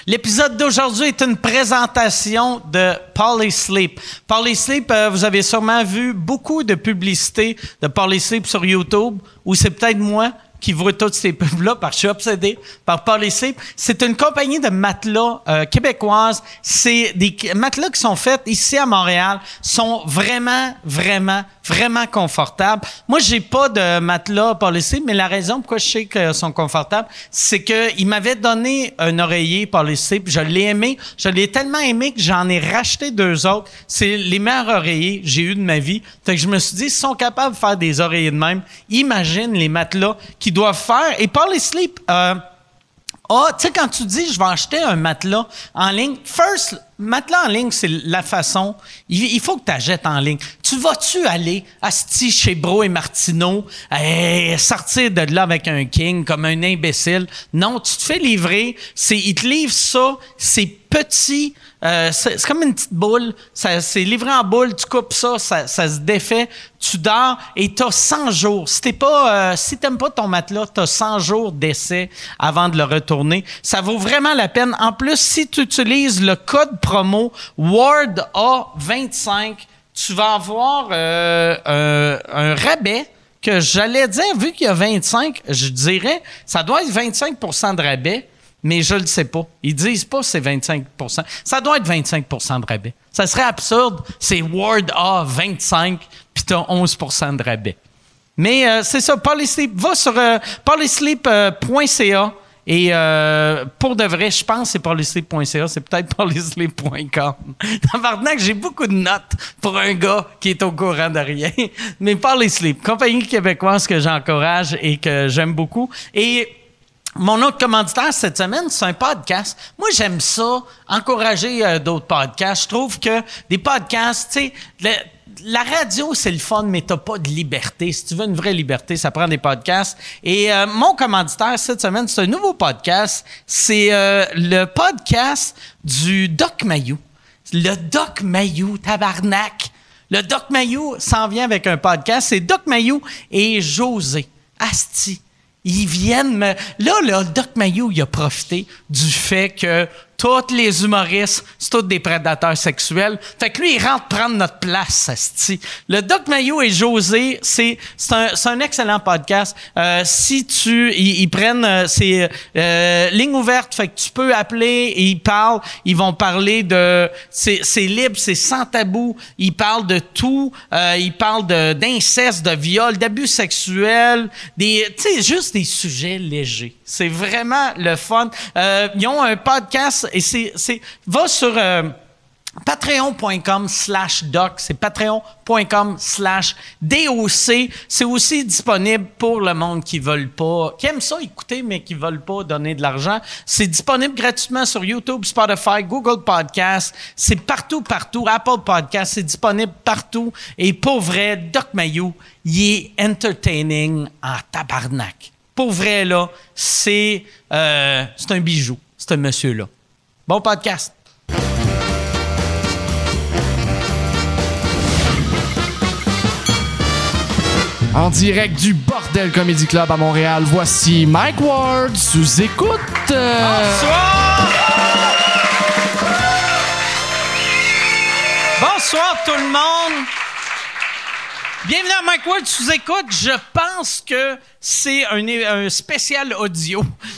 L'épisode d'aujourd'hui est une présentation de Polysleep. Polysleep, vous avez sûrement vu beaucoup de publicités de Polysleep sur YouTube, ou c'est peut-être moi qui vois toutes ces pubs-là, parce que je suis obsédé par Polysleep. C'est une compagnie de matelas québécoise. C'est des matelas qui sont faits ici à Montréal, sont vraiment confortables. Moi, j'ai pas de matelas Polysleep, mais la raison pourquoi je sais qu'ils sont confortables, c'est qu'ils m'avaient donné un oreiller Polysleep. Je l'ai aimé. Je l'ai tellement aimé que j'en ai racheté 2 autres. C'est les meilleurs oreillers que j'ai eu de ma vie. Fait que je me suis dit, s'ils sont capables de faire des oreillers de même, imagine les matelas qu'ils doivent faire. Et Polysleep, tu sais, quand tu dis, je vais acheter un matelas en ligne, matelas en ligne, c'est la façon. Il faut que tu achètes en ligne. Tu vas-tu aller, asti, chez Bro et Martineau, sortir de là avec un king comme un imbécile? Non, tu te fais livrer. Ils te livrent ça. C'est petit. C'est comme une petite boule. C'est livré en boule. Tu coupes ça, ça se défait. Tu dors et tu as 100 jours. Si t'aimes pas ton matelas, tu as 100 jours d'essai avant de le retourner. Ça vaut vraiment la peine. En plus, si tu utilises le code promo WARDA25, tu vas avoir un rabais que j'allais dire, vu qu'il y a 25, je dirais, ça doit être 25 % de rabais, mais je le sais pas. Ils disent pas c'est 25 %. Ça doit être 25 % de rabais. Ça serait absurde, c'est WARDA25, puis tu as 11 % de rabais. Mais c'est ça, Polysleep. Va sur polysleep.ca. Et pour de vrai, je pense que c'est polysleep.ca, c'est peut-être polysleep.com. Tabarnak, j'ai beaucoup de notes pour un gars qui est au courant de rien. Mais Polysleep, compagnie québécoise que j'encourage et que j'aime beaucoup. Et mon autre commanditaire cette semaine, c'est un podcast. Moi, j'aime ça, encourager d'autres podcasts. Je trouve que des podcasts, tu sais, la radio, c'est le fun, mais t'as pas de liberté. Si tu veux une vraie liberté, ça prend des podcasts. Et mon commanditaire cette semaine, c'est un nouveau podcast. C'est le podcast du Doc Mayou. Le Doc Mayou, tabarnak. Le Doc Mayou s'en vient avec un podcast. C'est Doc Mayou et José. Asti. Ils viennent me... Là, Doc Mayou, il a profité du fait que tous les humoristes, c'est tous des prédateurs sexuels. Fait que lui, il rentre prendre notre place, asti. Le Doc Mayou et José, c'est un excellent podcast. Ils prennent c'est ligne ouverte, fait que tu peux appeler et ils parlent. Ils vont parler de... C'est libre, c'est sans tabou. Ils parlent de tout. Ils parlent d'inceste, de viol, d'abus sexuels, tu sais, juste des sujets légers. C'est vraiment le fun. Ils ont un podcast et va sur patreon.com/doc, c'est patreon.com/DOC. C'est aussi disponible pour le monde qui aime ça écouter, mais qui veulent pas donner de l'argent. C'est disponible gratuitement sur YouTube, Spotify, Google Podcasts. C'est partout. Apple Podcasts, c'est disponible partout. Et pour vrai, Doc Mayou, il est entertaining en tabarnak. Pour vrai, là, c'est un bijou, ce monsieur-là. Bon podcast. En direct du Bordel Comedy Club à Montréal, voici Mike Ward sous écoute. Bonsoir! Bonsoir tout le monde! Bienvenue à Mike Ward sous écoute. Je pense que c'est un spécial audio.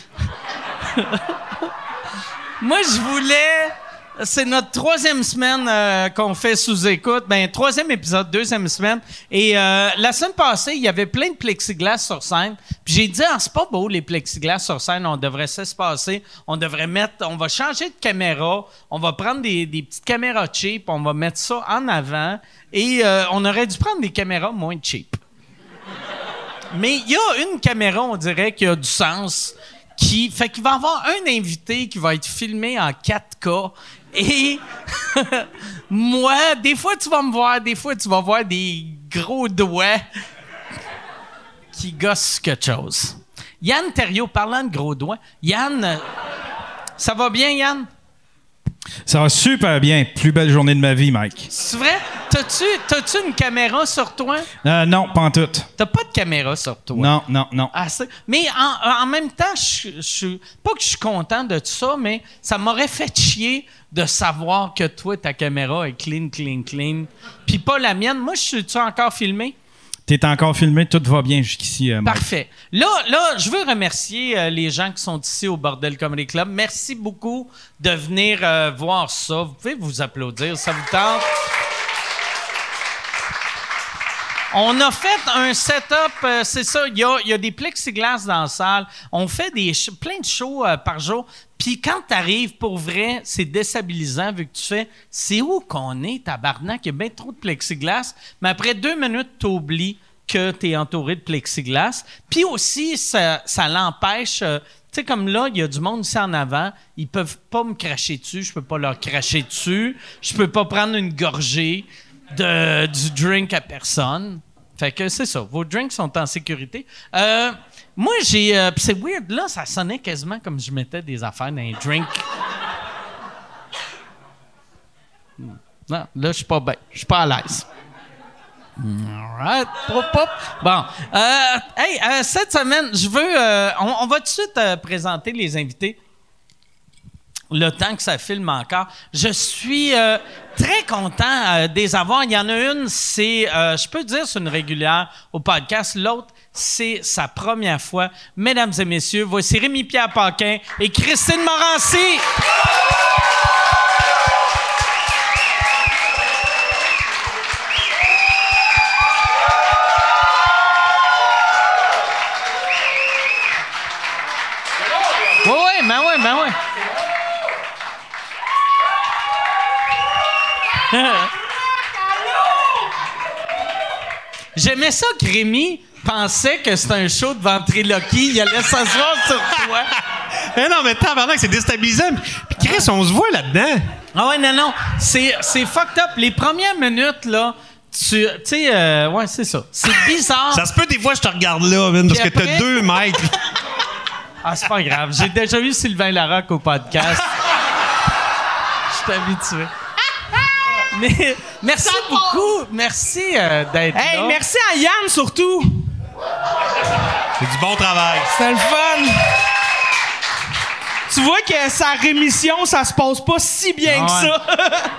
Moi, je voulais... C'est notre 3e semaine qu'on fait sous-écoute. Ben, 3e épisode, 2e semaine. Et la semaine passée, il y avait plein de plexiglas sur scène. Puis j'ai dit, c'est pas beau, les plexiglas sur scène. On devrait s'espacer. On va changer de caméra. On va prendre des petites caméras cheap. On va mettre ça en avant. Et on aurait dû prendre des caméras moins cheap. Mais il y a une caméra, on dirait, qui a du sens. Fait qu'il va y avoir un invité qui va être filmé en 4K. Et moi, des fois, tu vas me voir, des fois, tu vas voir des gros doigts qui gossent quelque chose. Yann Terriot, parlant de gros doigts. Yann, ça va bien, Yann? Ça va super bien. Plus belle journée de ma vie, Mike. C'est vrai? T'as-tu une caméra sur toi? Non, pas en tout. T'as pas de caméra sur toi? Non. Ah, mais en même temps, pas que je suis content de tout ça, mais ça m'aurait fait chier de savoir que toi, ta caméra est clean. Puis pas la mienne. Moi, je suis-tu encore filmé? T'es encore filmé, tout va bien jusqu'ici, Mike. Parfait. Là, je veux remercier les gens qui sont ici au Bordel Comedy Club. Merci beaucoup de venir voir ça. Vous pouvez vous applaudir, ça vous tente? On a fait un setup, c'est ça, il y a des plexiglas dans la salle. On fait plein de shows par jour. Puis quand t'arrives, pour vrai, c'est déstabilisant vu que tu fais « C'est où qu'on est, tabarnak? Il y a bien trop de plexiglas. » Mais après 2 minutes, t'oublies que t'es entouré de plexiglas. Puis aussi, ça l'empêche... tu sais, comme là, il y a du monde ici en avant. Ils peuvent pas me cracher dessus. Je peux pas leur cracher dessus. Je peux pas prendre une gorgée du drink à personne. Fait que c'est ça. Vos drinks sont en sécurité. Moi, j'ai... pis c'est weird. Là, ça sonnait quasiment comme je mettais des affaires dans les drinks. Non, là, je suis pas bien. Je suis pas à l'aise. All right. Pop. Bon. Cette semaine, je veux... on va tout de suite présenter les invités. Le temps que ça filme encore. Je suis très content des avoir. Il y en a une, c'est... je peux dire c'est une régulière au podcast. L'autre, c'est sa première fois. Mesdames et messieurs, voici Rémi-Pierre Paquin et Christine Morancy. Ben ouais. J'aimais ça que Rémi pensait que c'était un show de ventriloquie. Il allait s'asseoir sur toi. Mais non, mais tabarnak, c'est déstabilisant. Puis Chris, on se voit là-dedans. Ah ouais, non. C'est fucked up. Les premières minutes, là, tu sais, ouais, c'est ça. C'est bizarre. Ça se peut, des fois, je te regarde là, man, parce que t'as 2 mètres. Ah, c'est pas grave. J'ai déjà vu Sylvain Larocque au podcast. Je suis habitué. Mais merci beaucoup. Merci d'être là. Merci à Yann, surtout. C'est du bon travail. C'était le fun. Tu vois que sa rémission, ça se passe pas si bien que ça.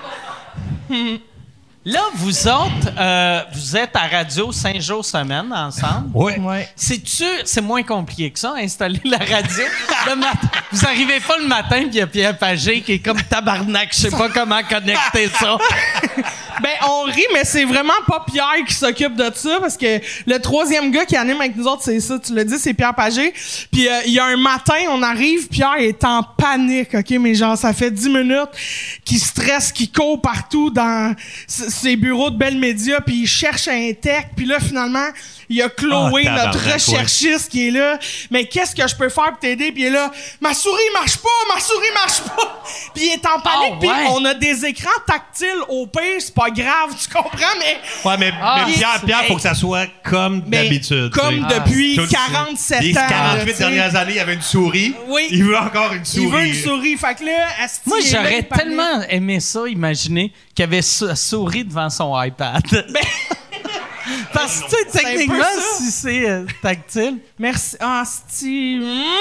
Là, vous autres, vous êtes à radio 5 jours semaine ensemble. Oui. Ouais. C'est moins compliqué que ça, installer la radio. Le matin, vous arrivez pas le matin, puis il y a Pierre Pagé qui est comme tabarnak. Je sais pas comment connecter ça. Ben, on rit, mais c'est vraiment pas Pierre qui s'occupe de ça, parce que le 3e gars qui anime avec nous autres, c'est ça, tu l'as dit, c'est Pierre Pagé. Puis il y a un matin, on arrive, Pierre est en panique, OK? Mais genre, ça fait 10 minutes qu'il stresse, qu'il court partout dans ses bureaux de Bell Media, puis il cherche un tech, puis là, finalement, il y a Chloé, notre recherchiste, qui est là. Mais qu'est-ce que je peux faire pour t'aider? Puis il est là, ma souris marche pas! Puis il est en panique, puis on a des écrans tactiles au pire, c'est pas grave, tu comprends? Mais ouais, mais Pierre, faut que ça soit comme d'habitude. Comme depuis 47 ans. Les 48 dernières années, il y avait une souris. Oui. Il veut encore une souris. Il veut une souris. Fait que là, moi, j'aurais tellement aimé ça, imaginer qu'il y avait souris devant son iPad. Parce que, tu sais, techniquement, si c'est tactile. Merci. Ah, Asti.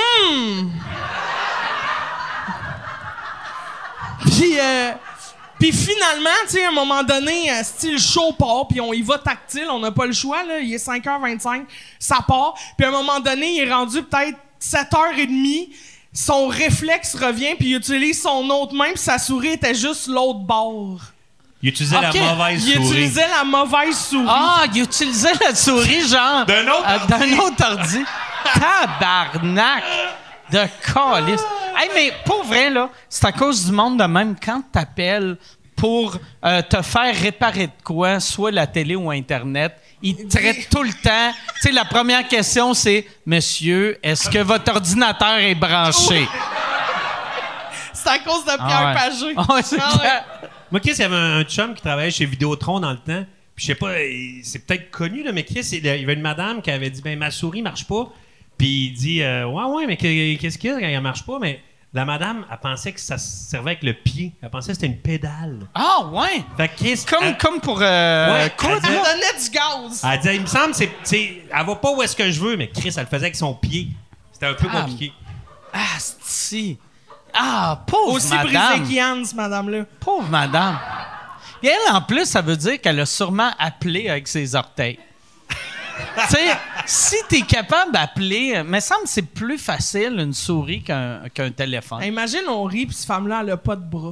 Puis finalement, tu sais, à un moment donné, le show part, puis on y va tactile, on n'a pas le choix, là. Il est 5h25, ça part. Puis à un moment donné, il est rendu peut-être 7h30. Son réflexe revient, puis il utilise son autre main, puis sa souris était juste l'autre bord. Il utilisait la mauvaise souris. Il utilisait la mauvaise souris. Ah, il utilisait la souris, genre... d'un autre ordi. Tabarnak! De calice. Hey, mais pour vrai, là, c'est à cause du monde de même. Quand t'appelles pour te faire réparer de quoi, soit la télé ou Internet, ils traitent tout le temps. Tu sais, la première question, c'est « Monsieur, est-ce que votre ordinateur est branché? » C'est à cause de Pierre Pagé. Ah, c'est clair. Moi, Chris, il y avait un chum qui travaillait chez Vidéotron dans le temps. Puis je sais pas, c'est peut-être connu, là, mais Chris, il y avait une madame qui avait dit « Ben, ma souris marche pas. » Puis il dit ouais, mais qu'est-ce qu'il y a quand elle marche pas? Mais La madame, elle pensait que ça se servait avec le pied. Elle pensait que c'était une pédale. Ah, ouais! Fait que Chris, Comme pour ouais, coudre. Ça donnait du gaz. elle disait, il me semble, elle va pas où est-ce que je veux, mais Chris, elle le faisait avec son pied. C'était un peu compliqué. Ah, si. Ah, pauvre Aussi madame. brisé qu'Yann, cette madame-là. Pauvre madame. Et elle, en plus, ça veut dire qu'elle a sûrement appelé avec ses orteils. Tu sais, si t'es capable d'appeler, me semble que c'est plus facile une souris qu'un téléphone. Hey, imagine, on rit, puis cette femme-là, elle a pas de bras.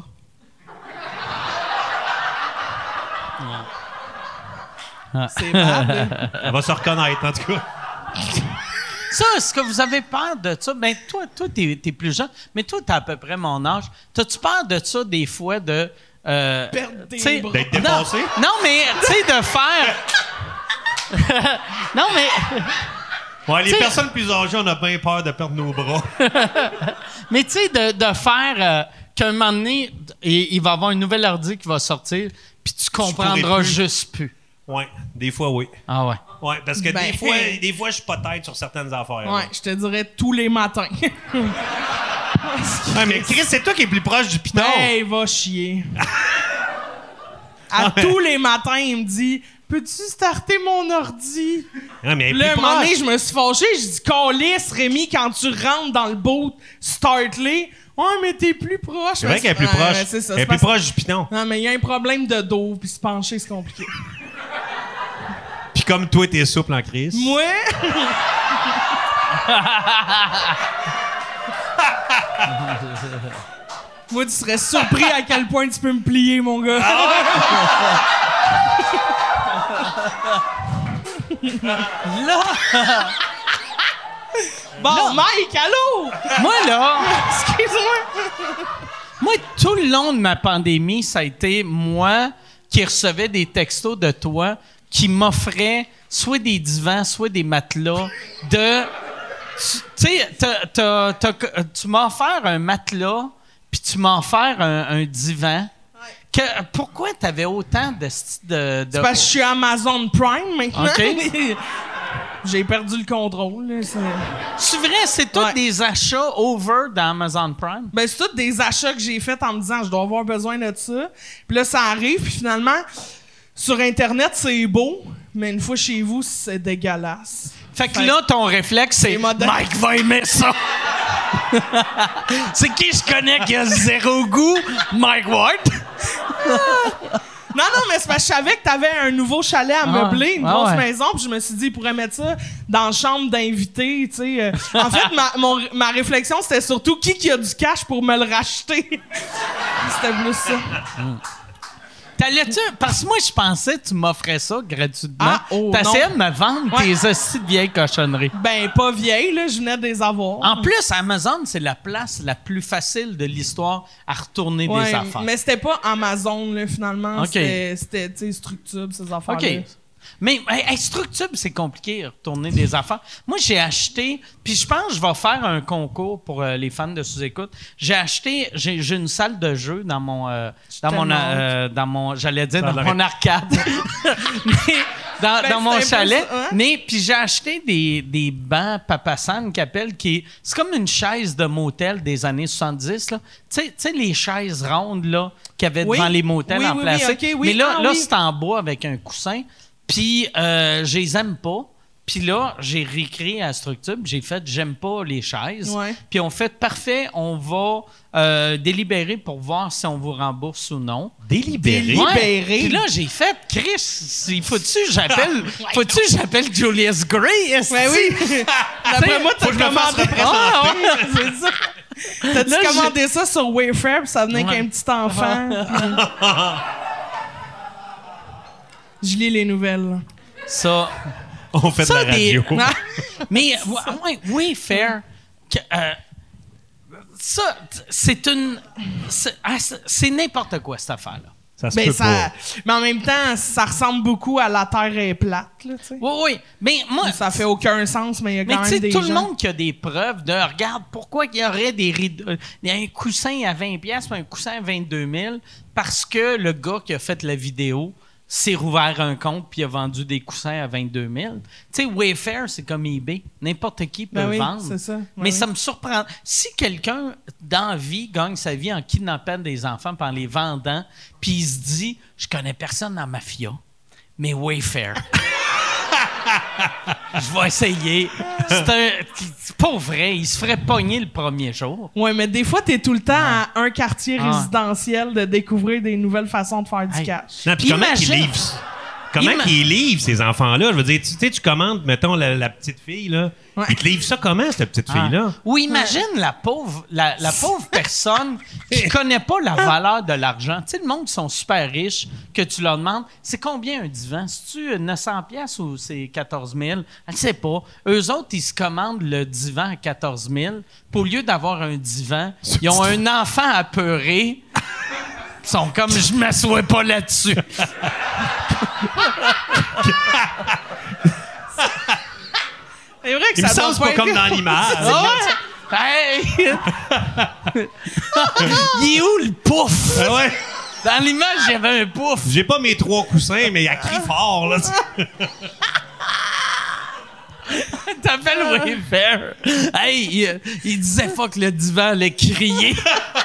C'est bad. Elle va se reconnaître, en tout cas. Ça, est-ce que vous avez peur de ça? Ben, toi, t'es plus jeune, mais toi, t'as à peu près mon âge. T'as-tu peur de ça, des fois, de... Perdre tes t'sais, bras. D'être dépassé? Non, mais, tu sais, de faire... non, mais... Ouais, les T'sais- personnes plus âgées, on a bien peur de perdre nos bras. Mais tu sais, de faire qu'un moment donné, il va y avoir un nouvel ordi qui va sortir, puis tu comprendras pourrais plus. juste plus. Ouais, des fois, oui. Ah ouais. Ouais, parce que Ben- des fois, je suis pas tête sur certaines affaires. Ouais, je te dirais tous les matins. Ouais, mais Chris, c'est toi qui es plus proche du piton. Hey, va chier. À tous les matins, il me dit peux-tu starter mon ordi? Ouais, mais elle est Là, un plus moment donné, proche. je me suis fâché. Je dis calisse, Rémi, quand tu rentres dans le boot, start-les. Ouais, mais t'es plus proche. C'est vrai qu'elle est plus proche. C'est ça. Elle est c'est plus parce- proche du piton. Non, mais il y a un problème de dos, puis se pencher, c'est compliqué. Puis comme toi, t'es souple en crise. Moi? Moi, tu serais surpris à quel point tu peux me plier, mon gars. Là, Bon, Mike, allô? moi, là, Excuse-moi. moi, tout le long de ma pandémie, ça a été moi qui recevais des textos de toi qui m'offraient soit des divans, soit des matelas de... Tu sais, tu m'as offert un matelas, puis tu m'as offert un divan. Pourquoi t'avais autant de... C'est parce que je suis Amazon Prime maintenant. OK. J'ai perdu le contrôle. Là, C'est vrai, c'est tous Ouais. des achats over dans Amazon Prime? Ben, c'est tous des achats que j'ai faits en me disant je dois avoir besoin de ça. Puis là, ça arrive, puis finalement, sur Internet, c'est beau, mais une fois chez vous, c'est dégueulasse. Fait que là, ton réflexe, c'est moderne. Mike va aimer ça. C'est qui je connais qui a zéro goût? Mike Ward. Non, mais c'est parce que je savais que t'avais un nouveau chalet à meubler, une Ah grosse ouais. maison, puis je me suis dit, il pourrait mettre ça dans la chambre d'invité, tu sais. En fait, ma réflexion, c'était surtout qui a du cash pour me le racheter. C'était plus ça. T'allais-tu... Parce que moi, je pensais que tu m'offrais ça gratuitement. Ah, oh, T'essayais non. de me vendre Ouais. tes hosties de vieilles cochonneries. Ben, pas vieille, là, je venais de les avoir. En plus, Amazon, c'est la place la plus facile de l'histoire à retourner Ouais, des affaires. mais c'était pas Amazon, là, finalement. OK. C'était tu sais, Structube, ces affaires-là. OK. Mais hey, Structube, c'est compliqué, retourner des affaires. Moi, j'ai acheté, puis je pense que je vais faire un concours pour les fans de sous-écoute. J'ai une salle de jeu dans mon, j'allais dire dans mon arcade, mais dans mon c'est un peu chalet. ça, hein? Mais puis j'ai acheté des bancs Papasan qui appellent, c'est comme une chaise de motel des années 70 là. Tu sais les chaises rondes là qu'il y avait Oui. devant les motels Oui, en oui, plastique. oui, OK, oui. Mais là, Ah, là oui. c'est en bois avec un coussin. Puis, je les aime pas. Puis là, j'ai réécrit à Structube. J'ai fait « J'aime pas les chaises Ouais. ». Puis on fait « Parfait, on va délibérer pour voir si on vous rembourse ou non. » Délibéré. Ouais. Libéré. Puis là, j'ai fait « Chris, faut-tu que j'appelle Julius Gray? Ben oui. D'après moi, t'as faut que je me fasse commandé... Ah, ouais. C'est ça. T'as-tu Là, commandé ça sur Wayfair, puis ça venait Ouais. qu'un petit enfant? Je lis les nouvelles. Là. Ça... On fait de Ça, la radio. Mais, oui, fair. Ça, c'est n'importe quoi, cette affaire-là. Ça se Ben, peut ça, mais en même temps, ça ressemble beaucoup à la Terre est plate. Là, tu sais. Oui. Mais moi, Ça fait aucun sens, mais il y a mais quand tu même sais, des tout le gens... monde qui a des preuves de regarde pourquoi il y aurait des rideaux, il y a un coussin à 20$ puis un coussin à 22 000 parce que le gars qui a fait la vidéo s'est rouvert un compte puis a vendu des coussins à 22 000. Tu sais, Wayfair, c'est comme eBay. N'importe qui peut le vendre. C'est ça. Mais ça me surprend. Si quelqu'un, dans la vie, gagne sa vie en kidnappant des enfants puis en les vendant, puis il se dit « Je connais personne dans la mafia, mais Wayfair. » Je vais essayer. C'est pas vrai. Il se ferait pogner le premier jour. Ouais, mais des fois, t'es tout le temps à un quartier résidentiel de découvrir des nouvelles façons de faire du cash. Non, puis comment qu'ils Imagine- livrent? Comment qu'ils livrent, ces enfants-là? Je veux dire, tu sais, tu commandes, mettons, la petite fille, là. Ouais. Ils te livrent ça comment, cette petite fille-là? Ou imagine la pauvre personne qui connaît pas la valeur de l'argent. Tu sais, le monde qui sont super riches, que tu leur demandes, c'est combien un divan? C'est-tu 900 pièces ou c'est 14 000? Elle ne sait pas. Eux autres, ils se commandent le divan à 14 000. Puis au lieu d'avoir un divan, ils ont un enfant apeuré. Ils sont comme, je m'assois pas là-dessus. C'est vrai que Il me ça doit semble pas être- comme dans l'image. Hey! Il est où le pouf? Ah ouais. Dans l'image, il y avait un pouf. J'ai pas mes 3 coussins, mais il a crie fort, là. T'appelles Wayfair. Hey, il disait fuck le divan, le crier.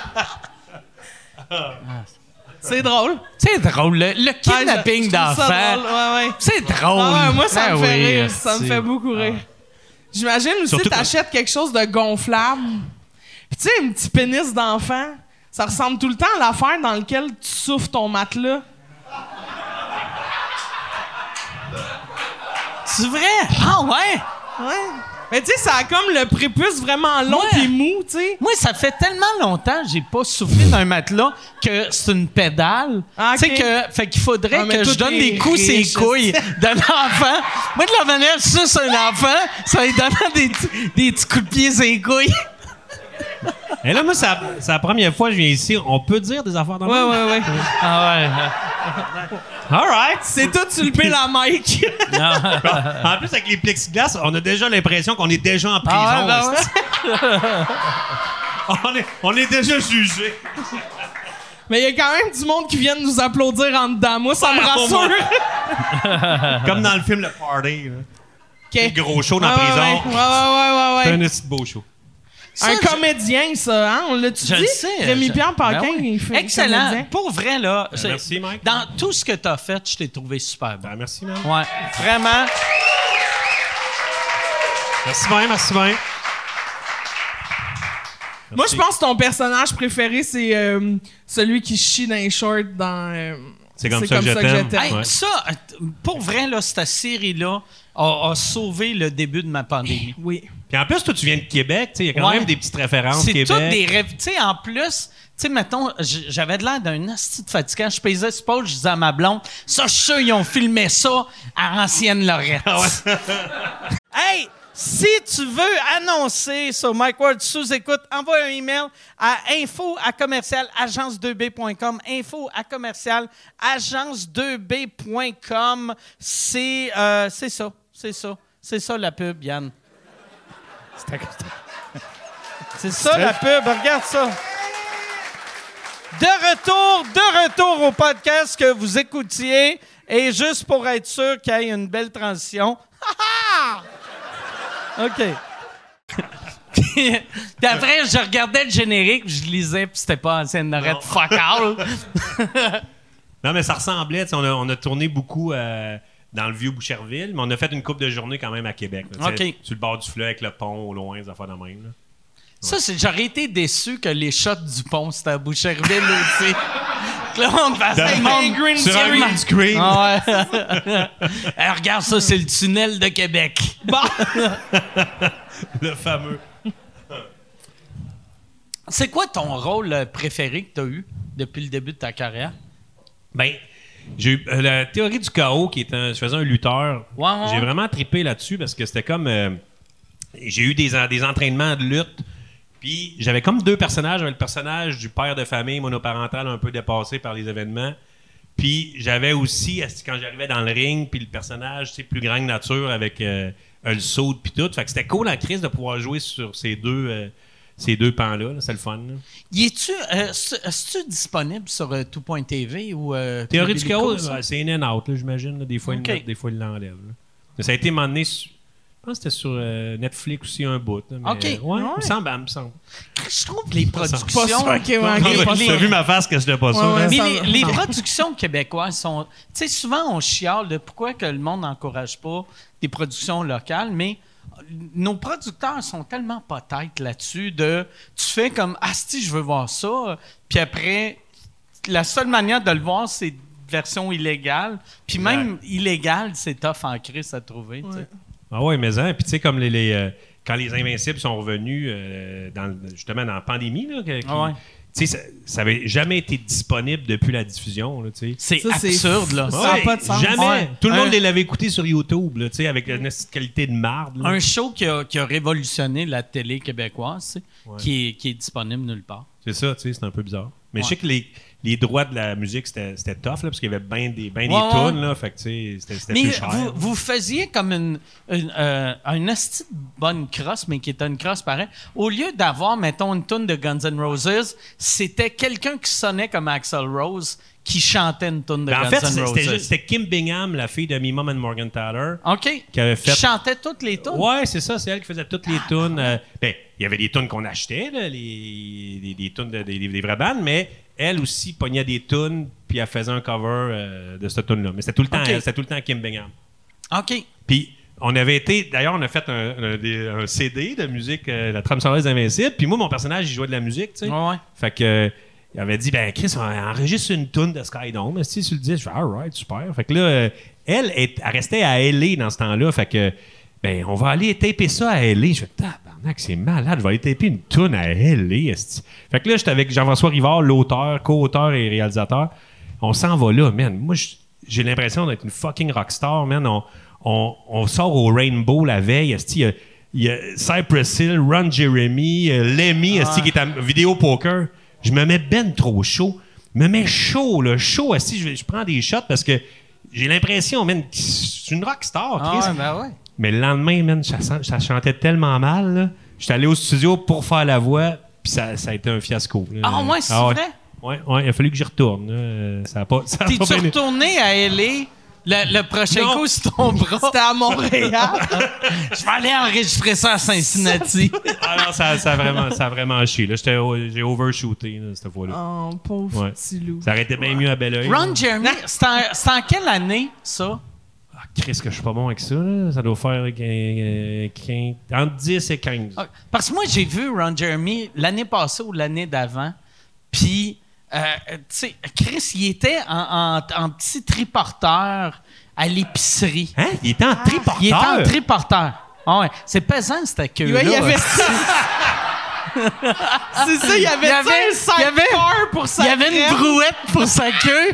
C'est drôle. C'est drôle, le kidnapping Je trouve ça d'enfants. drôle, ouais. C'est drôle. Ah ouais, moi, ça Ben me fait oui, rire. Ça me c'est- fait beaucoup rire. J'imagine aussi Surtout t'achètes quelque chose de gonflable. Puis tu sais, un petit pénis d'enfant, ça ressemble tout le temps à l'affaire dans laquelle tu souffles ton matelas. C'est vrai? Ah ouais? Ouais. Mais tu sais, ça a comme le prépuce vraiment long Ouais. et mou, tu sais. Moi, ça fait tellement longtemps que j'ai pas soufflé d'un matelas que c'est une pédale. Ah, Tu sais ok. que, fait qu'il faudrait Ah, mais que je toi, donne t'es des coups sur les riche, couilles d'un enfant. Moi, de la manière que je suce un enfant, ça lui donne des petits coups de pied sur les couilles. Et là, moi, c'est la première fois que je viens ici. On peut dire des affaires dans le monde? Ouais. Ah ouais. All right. C'est tout sur le P la mic. En plus, avec les plexiglas, on a déjà l'impression qu'on est déjà en prison. Ah ouais, ben ouais. On est déjà jugé. Mais il y a quand même du monde qui vient nous applaudir en dedans. Moi, ça me rassure. Comme dans le film Le Party. Là. OK. Le gros show dans la Ouais, prison. Ouais. C'est un petit beau show. Un comédien, ça, hein? On l'a-tu Je dit? le sais. Rémi-Pierre Paquin, Ben oui. il fait Excellent. comédien. Pour vrai, là. Merci, Mike. Dans tout ce que t'as fait, je t'ai trouvé super bon. Ben, merci, man. Ouais. Vraiment. Merci bien. Moi, je pense que ton personnage préféré, c'est celui qui chie dans les shorts dans... C'est comme ça que je t'aime. Hey, Ouais. ça, pour vrai, là, cette série-là a sauvé le début de ma pandémie. Oui. Puis en plus, toi, tu viens de Québec. Il y a quand Ouais. même des petites références C'est Québec. toutes des rêves. Tu sais, en plus, tu sais, mettons, j'avais de l'air d'un asti de fatigant. Je pesais sur Paul, je disais à ma blonde, ça, je suis sûr, ils ont filmé ça à Ancienne Lorette. Hey! Si tu veux annoncer sur Mike Ward sous-écoute, envoie un email à info@agence2b.com. info@agence2b.com. C'est ça. C'est ça la pub, Yann. C'est ça la pub. Regarde ça. De retour au podcast que vous écoutiez. Et juste pour être sûr qu'il y ait une belle transition. OK. Puis après, je regardais le générique, je lisais, puis c'était pas Ancienne Lorette. Fuck all. Non, mais ça ressemblait. On a tourné beaucoup dans le vieux Boucherville, mais on a fait une couple de journées quand même à Québec. Là, OK. Sur le bord du fleuve avec le pont au loin, des affaires de même. Là. Ça, j'aurais été déçu que les shots du pont, c'était à Boucherville aussi. Que le monde fasse le monde green Sur un screen. green screen. Ah ouais. Hey, regarde ça, c'est le tunnel de Québec. Bon. Le fameux. C'est quoi ton rôle préféré que tu as eu depuis le début de ta carrière? Ben, j'ai eu la théorie du chaos qui est je faisais un lutteur. Ouais. J'ai vraiment trippé là-dessus parce que c'était comme j'ai eu des entraînements de lutte. Puis j'avais comme 2 personnages. J'avais le personnage du père de famille monoparental un peu dépassé par les événements. Puis j'avais aussi, quand j'arrivais dans le ring, puis le personnage plus grand que nature avec le saut puis tout. Fait que c'était cool en crise de pouvoir jouer sur ces deux ces deux pans-là. Là, c'est le fun. Là. Est-tu disponible sur tout.tv ou Théorie du chaos, ça? c'est in and out, là, j'imagine. Là. Des fois, ils le mettent, des fois, ils l'enlèvent. Là. Mais ça a été demandé... Je pense que c'était sur Netflix aussi un bout. Là, mais, OK. Ouais, il me semble. Je trouve que les productions... Pas sûr, ok, ouais, T'as vu ma face que je n'étais pas sûr. Ouais, hein? Mais les productions québécoises sont... Tu sais, souvent, on chiale de pourquoi que le monde n'encourage pas des productions locales, mais nos producteurs sont tellement pas têtes là-dessus de... Tu fais comme « Asti, je veux voir ça », puis après, la seule manière de le voir, c'est version illégale. Puis même illégale, c'est tough en crise à trouver, tu sais. Ah ouais, mais hein, puis tu sais, comme quand les Invincibles sont revenus, justement dans la pandémie, là, tu sais, ça avait jamais été disponible depuis la diffusion, là, tu sais. C'est Ça, c'est absurde, là. Ça n'a pas de sens. Jamais. Ouais. Tout le monde l'avait écouté sur YouTube, là, tu sais, avec une qualité de marde. Là. Un show qui a révolutionné la télé québécoise, tu sais, qui est disponible nulle part. C'est ça, tu sais, c'est un peu bizarre. Mais je sais que les droits de la musique, c'était tough, là, parce qu'il y avait bien des tunes, là, fait que, tu sais, c'était plus cher. Mais vous faisiez comme une hostie de bonne crosse, mais qui était une crosse pareil. Au lieu d'avoir, mettons, une tune de Guns N' Roses, c'était quelqu'un qui sonnait comme Axl Rose qui chantait une tune de Guns N' Roses. C'était Kim Bingham, la fille de Me Mom and Morgan Taylor, OK. qui avait fait... Qui chantait toutes les tunes? Ouais, c'est ça, c'est elle qui faisait toutes les tunes. Ben, il y avait des tunes qu'on achetait, là, des tunes des vraies bandes, mais elle aussi pognait des tunes, puis elle faisait un cover de cette tune-là. Mais c'était tout le temps Kim Bingham. OK. Puis on avait été, d'ailleurs, on a fait un CD de musique, la trame sonore des Invincibles, puis moi, mon personnage, il jouait de la musique, tu sais. Ouais. Fait que il avait dit, ben Chris, on enregistre une tune de Skydome. Si tu le dis, je fais, alright, super. Fait que là, elle restait à LA dans ce temps-là. Fait que, ben, on va aller taper ça à LA. Je fais, tabarnak, c'est malade, je vais aller taper une tune à LA. Esti. Fait que là, j'étais avec Jean-François Rivard, l'auteur, co-auteur et réalisateur. On s'en va là, man. Moi, j'ai l'impression d'être une fucking rockstar, man. On sort au Rainbow la veille. Esti. Il y a Cypress Hill, Ron Jeremy, Lemmy, esti, qui est à vidéo poker. Je me mets ben trop chaud. Je me mets chaud, là. Chaud, assis. Je prends des shots parce que j'ai l'impression, man, que c'est une rockstar, Chris. Ah ouais, ben ouais. Mais le lendemain, man, ça chantait tellement mal, là. J'étais allé au studio pour faire la voix, puis ça a été un fiasco. Là. Ah ouais, c'est vrai? Ouais, il a fallu que j'y retourne. Là. Ça a pas T'es-tu retourné à L.A.? Le prochain coup, c'est ton bras. C'était à Montréal. Je vais aller enregistrer ça à Cincinnati. Ah non, ça a vraiment chié. Là. J'ai overshooté là, cette fois-là. Oh, pauvre petit loup. Ça aurait été bien mieux à Belleuil. Ron Jeremy, c'est en quelle année, ça? Ah, Chris, que je suis pas bon avec ça. Là. Ça doit faire entre 10 et 15. Parce que moi, j'ai vu Ron Jeremy l'année passée ou l'année d'avant. Puis, tu sais, Chris, il était en petit triporteur à l'épicerie. Hein? Il était en triporteur? Il était en triporteur. Ah ouais. C'est pesant, cette queue-là. Il y avait ça. C'est ça, il y avait un sidecar pour sa Il y avait une brouette pour sa queue.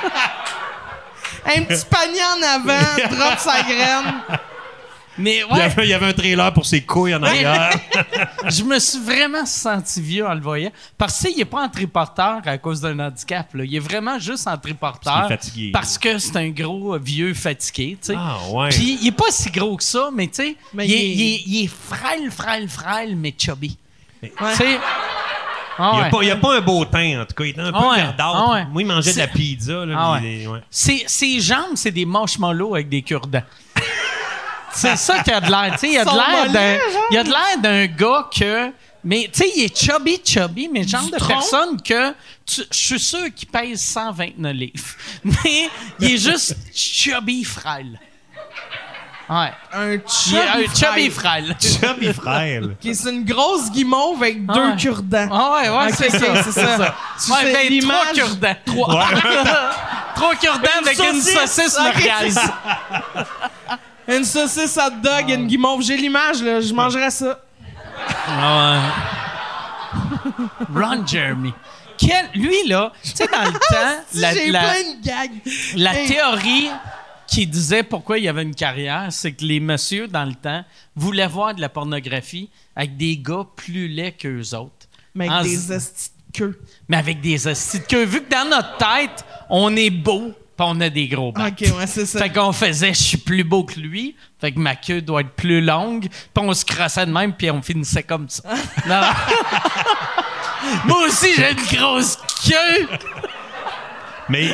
Un petit panier en avant, drop sa graine. Mais ouais. Il y avait un trailer pour ses couilles en arrière. Je me suis vraiment senti vieux en le voyant. Parce qu'il n'est pas en triporteur à cause d'un handicap. Là. Il est vraiment juste en triporteur. Parce qu'il est fatigué. Parce que c'est un gros vieux fatigué. T'sais. Ah ouais. Puis il n'est pas si gros que ça, mais tu sais, il est frêle, mais chubby. Ouais. Il n'y a pas un beau teint, en tout cas. Il était un peu verdâtre. Ouais. Moi, il mangeait de la pizza. Là, Ses jambes, c'est des marshmallows avec des cure-dents. C'est ça qu'il a de l'air. Il a de l'air d'un gars que... Mais tu sais, il est chubby, mais le genre de personne que... Je suis sûr qu'il pèse 129 livres. Mais il est juste chubby frêle. Ouais. Un chubby frêle. Chubby frêle. C'est une grosse guimauve avec deux cure-dents. Ah ouais, c'est ça. Tu fais l'image. 3 cure-dents. 3 cure-dents avec une saucisse merguez. Une saucisse hot dog et une guimauve. J'ai l'image, là. Je mangerais ça. Ron Jeremy. Lui, là, tu sais, dans le temps... J'ai plein de gags. La théorie qui disait pourquoi il y avait une carrière, c'est que les messieurs, dans le temps, voulaient voir de la pornographie avec des gars plus laids qu'eux autres. Mais avec des hosties de queue. Mais avec des hosties de queue. Vu que dans notre tête, on est beau Puis on a des gros bacs. OK, ouais, c'est ça. Fait qu'on faisait « je suis plus beau que lui », fait que ma queue doit être plus longue, puis on se crossait de même, puis on finissait comme ça. Non. Moi aussi, j'ai une grosse queue! Mais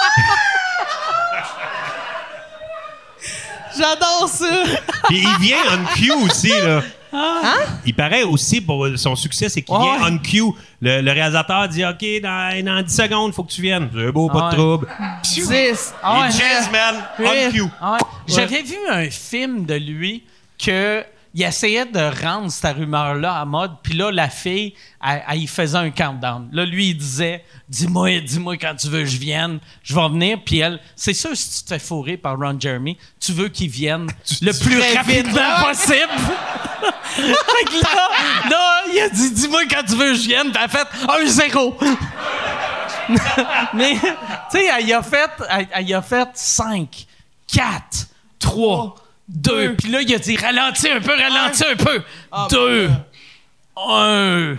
J'adore ça! puis il vient on cue aussi, là. Il paraît aussi, pour son succès, c'est qu'il vient on cue. Le réalisateur dit « OK, dans 10 secondes, il faut que tu viennes. » C'est beau, pas de trouble. 10. Ah Il jazz, man. On cue. Ah ouais. J'avais vu un film de lui que il essayait de rendre cette rumeur-là à mode, puis là, la fille, elle y faisait un countdown. Là, lui, il disait « Dis-moi quand tu veux que je vienne, je vais venir. » Puis elle, c'est sûr, si tu te fais fourrer par Ron Jeremy, tu veux qu'il vienne le plus rapidement possible. Fait que là, il a dit « Dis-moi quand tu veux que je vienne. » Puis elle a fait 1-0. Mais, tu sais, elle y a fait 5, 4, 3, 2. Puis là, il a dit ralentis un peu. 2, 1,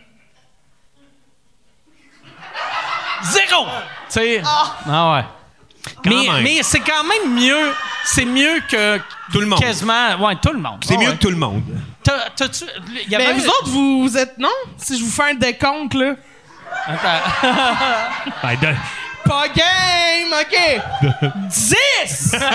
0. Tu sais. Ah ouais. Mais c'est quand même mieux. C'est mieux que Tout le monde. Quasiment. Ouais, tout le monde. C'est mieux que tout le monde. T'as-tu. Il y avait Mais vous autres, vous êtes... Non? Si je vous fais un décompte, là. Ben, Pas game, OK. 10! 9!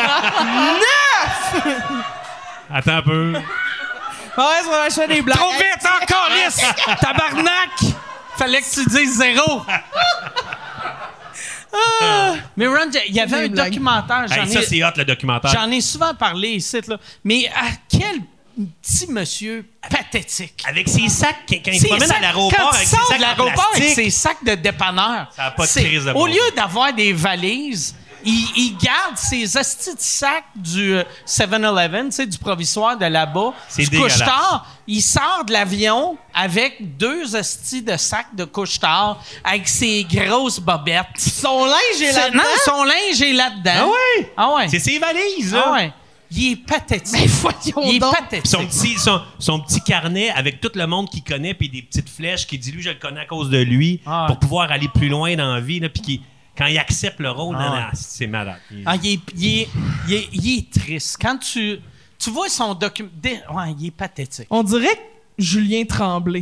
Attends un peu. Ouais, ça va acheter des blagues. Trop vite encore, lisse! Tabarnak! Fallait que tu dises 0. Mais Ron, il y avait un documentaire. Hey, ça, c'est hot, le documentaire. J'en ai souvent parlé ici, là. Mais à quel petit monsieur pathétique. Avec ses sacs, quand il se promène à l'aéroport, quand avec il ses sort sacs de en l'aéroport avec plastique. ses sacs de dépanneur. Ça a pas de crise de Au bon lieu d'avoir des valises, il garde ses hosties de sacs du 7-Eleven, tu sais, du provisoire de là-bas, C'est du dégueulasse. couche-tard. Il sort de l'avion avec 2 hosties de sacs de couche-tard avec ses grosses bobettes. Son linge est là-dedans. Non, son linge est là-dedans. Ah ouais? Ah ouais. C'est ses valises, là. Ah ouais. Il est pathétique. Mais voyons Il est donc. pathétique. Puis son petit carnet avec tout le monde qu'il connaît, puis des petites flèches qui dit lui, je le connais à cause de lui, Ah. pour pouvoir aller plus loin dans la vie. Là, puis quand il accepte le rôle, Ah. non, c'est malade. Il est triste. Quand tu vois son document... Ouais, il est pathétique. On dirait Julien Tremblay.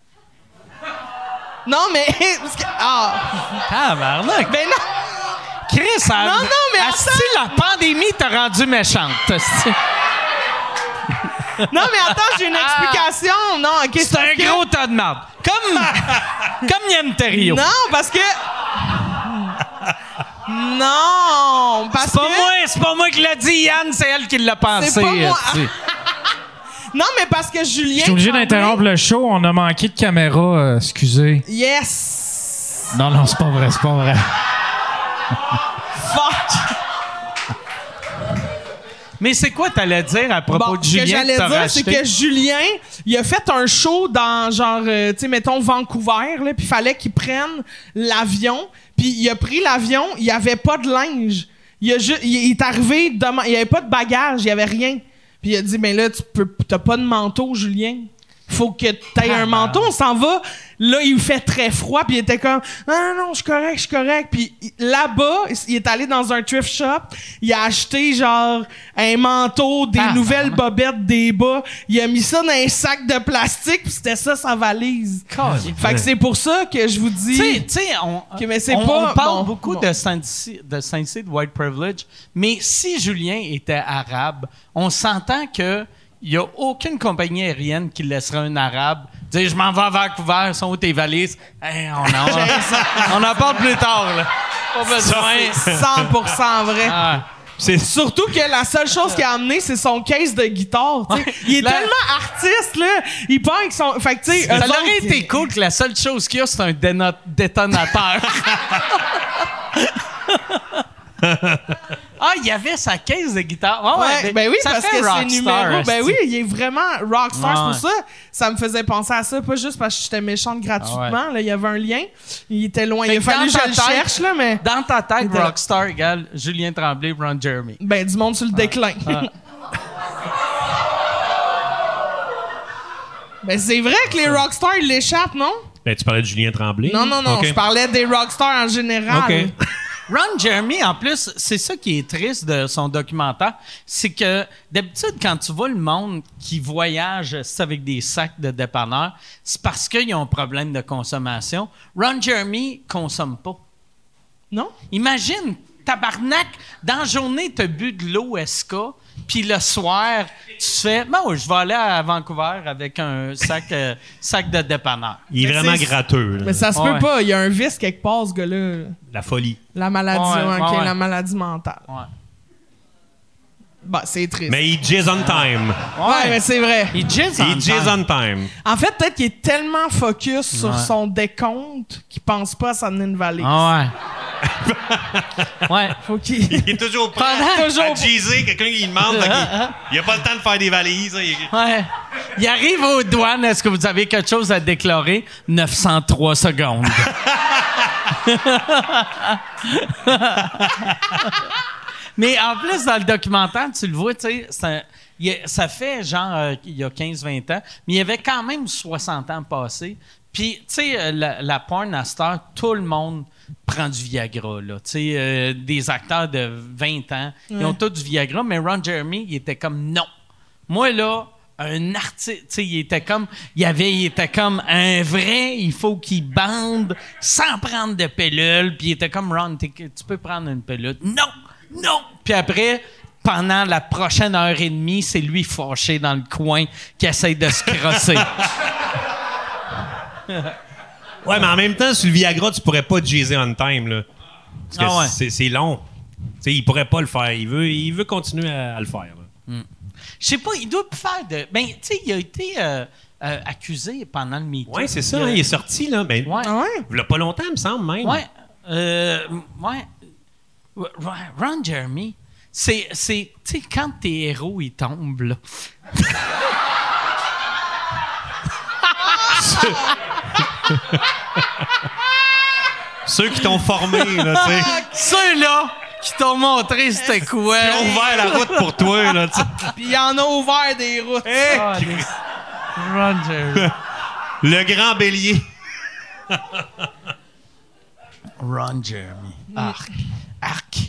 Non, mais... parce que- Tabarnak. Ben non! Chris, Non, mais asti, la pandémie t'a rendu méchante. asti. Non, mais attends, j'ai une explication. Non, OK, C'est un parce que- gros tas de marde. Comme Yann Terriot. Non, parce que... Non, parce que... C'est pas moi qui l'a dit, Yann, c'est elle qui l'a pensé. C'est pas moi. asti. Non, mais parce que Julien... Je suis obligé Tremblay- d'interrompre le show. On a manqué de caméra. Excusez. Yes! Non, c'est pas vrai. C'est pas vrai. Fuck! Mais c'est quoi t'allais dire à propos Bon, de ce que Julien j'allais que t'as dire, c'est racheté? que Julien, il a fait un show dans, genre, tu sais, mettons, Vancouver, là, puis il fallait qu'il prenne l'avion, puis il a pris l'avion, il n'y avait pas de linge. Il est arrivé, il n'y avait pas de bagages, il n'y avait rien. Puis il a dit, mais là, t'as pas de manteau, Julien. Faut que t'aies un manteau, on s'en va. Là, il fait très froid, puis il était comme non, je suis correct. Puis là-bas, il est allé dans un thrift shop, il a acheté genre un manteau, des nouvelles bobettes, des bas. Il a mis ça dans un sac de plastique, puis c'était ça sa valise. Fait que c'est pour ça que je vous dis. Tu sais, Ok, mais c'est on pas- parle bon, beaucoup bon. de Saint-Cyr, de white privilege, mais si Julien était arabe, on s'entend que il n'y a aucune compagnie aérienne qui laisserait un arabe dire « Je m'en vais à Vancouver, sont où tes valises? Hey, on en parle plus tard. Là. Pas besoin. 100% vrai. Ah. C'est Surtout que la seule chose qu'il a amené, c'est son case de guitare. tu sais. Il est La- tellement artiste, là. Il pense qu'ils sont. Fait que, tu sais. Ça eux aurait autres, été cool que la seule chose qu'il y a, c'est un détonateur. Ah, il y avait sa caisse de guitare. Ah Ouais, ben oui, ça parce fait que c'est rockstar, numéro. Ben esti. oui, il est vraiment rockstar. Ah, C'est pour ça, ça me faisait penser à ça. Pas juste parce que j'étais méchante gratuitement. Ah, Là, il y avait un lien. Il était loin. Fait Il a que fallu que dans je ta le tête- cherche, là, mais. Dans ta tête, était là. rockstar égale Julien Tremblay, Ron Jeremy. Ben, du monde sur le déclin. Ben, c'est vrai que les rockstars, ils l'échappent, non? Ben, tu parlais de Julien Tremblay. Non, Ok. je parlais des rockstars en général. OK. Ron Jeremy, en plus, c'est ça qui est triste de son documentaire, c'est que d'habitude, quand tu vois le monde qui voyage avec des sacs de dépanneurs, c'est parce qu'ils ont un problème de consommation. Ron Jeremy consomme pas. Non? Imagine, tabarnak, dans la journée, tu as bu de l'eau SK, puis le soir, tu fais « Bon, je vais aller à Vancouver avec un sac de dépanneur. » Il est Mais vraiment c'est- gratteux. là. Mais ça se Ouais. peut pas. Il y a un vice quelque part, ce gars-là. La folie. La maladie, Ouais. la maladie mentale. Ouais. Bah, c'est triste. Mais il jizz on time. Ouais, mais c'est vrai. Il jizz en Il jizz time. on time. En fait, peut-être qu'il est tellement focus sur Ouais. son décompte qu'il pense pas à s'amener une valise. Ah ouais. Ouais. Faut qu'il... Il est toujours prêt Toujours- à jizzer quelqu'un qui lui demande. Il a pas le temps de faire des valises. Là, Ouais. Il arrive aux douanes. Est-ce que vous avez quelque chose à déclarer? 903 secondes. Mais en plus, dans le documentaire, tu le vois, tu sais, ça fait genre il y a 15-20 ans, mais il y avait quand même 60 ans passés. Puis, tu sais, la porn à cette heure, tout le monde prend du Viagra, là. Tu sais, des acteurs de 20 ans, ils ont tous du Viagra, mais Ron Jeremy, il était comme non. Moi, là, un artiste, tu sais, il était comme un vrai, il faut qu'il bande sans prendre de pilule, puis il était comme Ron, tu peux prendre une pilule. Non! Puis après, pendant la prochaine heure et demie, c'est lui fâché dans le coin qui essaye de se crosser. Ouais, mais en même temps, sur le Viagra, tu pourrais pas jizzer on time. Là. Parce que Ah ouais. c'est long. Tu sais, il pourrait pas le faire. Il veut continuer à le faire. Là. Je sais pas, il doit plus faire de... Ben, tu sais, il a été accusé pendant le MeToo. Ouais, c'est ça. Il est sorti, là. Ben, Ouais. Ah ouais? il y a pas longtemps, il me semble, même. Ouais. Ron Jeremy, c'est tu sais, quand tes héros, ils tombent, là. Ceux qui t'ont formé, là, tu sais. Ceux-là qui t'ont montré c'était quoi. Qui ont ouvert la route pour toi, là, tu sais. Puis il en a ouvert des routes. Ah, Ron Jeremy. Le grand bélier. Ron Jeremy. Arc.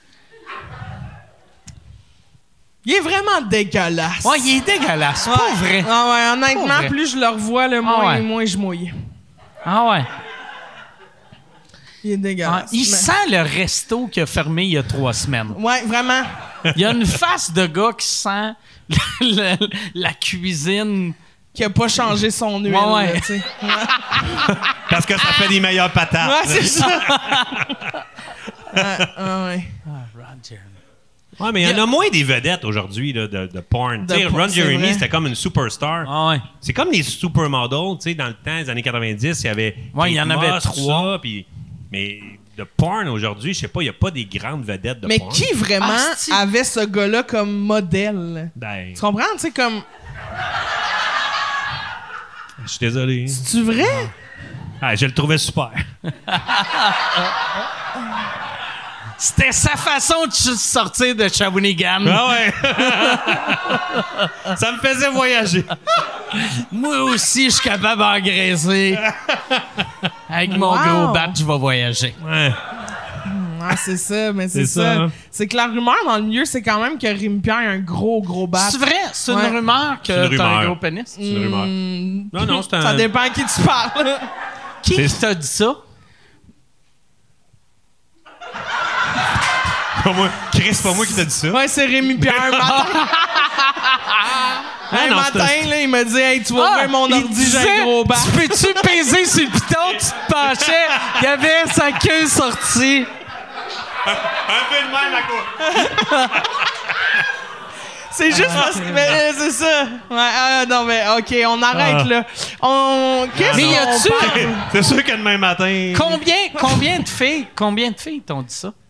Il est vraiment dégueulasse. Ouais, il est dégueulasse. Ouais. Pas vrai. Ah ouais, Pas honnêtement, vrai. plus je le revois, le moins je mouille. Ah ouais. Il est Ah, dégueulasse. il Mais- sent le resto qui a fermé il y a 3 semaines. Ouais, vraiment. Il y a une face de gars qui sent la cuisine. Qui a pas changé son huile, Ouais. là, tu sais. Parce que ça fait des meilleures patates. Ouais, c'est ça. Ouais. Ron Jeremy. Ouais, mais il y en a moins des vedettes aujourd'hui là, de porn. De Tu sais, porn, Ron c'est Jeremy, vrai. c'était comme une superstar. Ah ouais. C'est comme les supermodels, tu sais, dans le temps, les années 90, il y avait... Ouais, il y en Kate avait Moss, tout 3. ça, puis- mais de porn aujourd'hui, je sais pas, il n'y a pas des grandes vedettes de Mais porn. qui vraiment Ah, c'est-tu? avait ce gars-là comme modèle? Ben, Tu comprends? Tu sais, comme... je suis désolé. C'est-tu vrai? Ah, je le trouvais super. C'était sa façon de sortir de Shawinigan. Ah ouais! Ça me faisait voyager. Moi aussi, je suis capable d'engraisser. Avec mon Wow. gros bat, je vais voyager. Ouais. Ah, c'est ça, mais c'est C'est ça. ça. C'est que la rumeur dans le milieu, c'est quand même que Rémi Pierre a un gros bat. C'est vrai? C'est Ouais. une rumeur C'est une que t'as un rumeur. gros pénis? C'est une rumeur. Non, non, c'est un... Ça dépend à qui tu parles. Qui C'est- t'a dit ça? Pas moi. Chris, c'est pas moi qui t'a dit ça. Ouais, c'est Rémi Pierre. Un matin, Ah, un non, matin c'est- là, il m'a dit « Hey, tu vas voir mon il ordi, j'ai disait, un gros bat. Tu peux-tu peser sur le piton? Tu te penchais, il y avait sa queue sortie. Un peu de même à quoi. » C'est juste parce que... Mais c'est ça. Ouais, non, mais OK, on arrête, là. Qu'est-ce Mais y qu'on a-tu- parle? C'est sûr que demain matin... Combien de filles t'ont dit ça?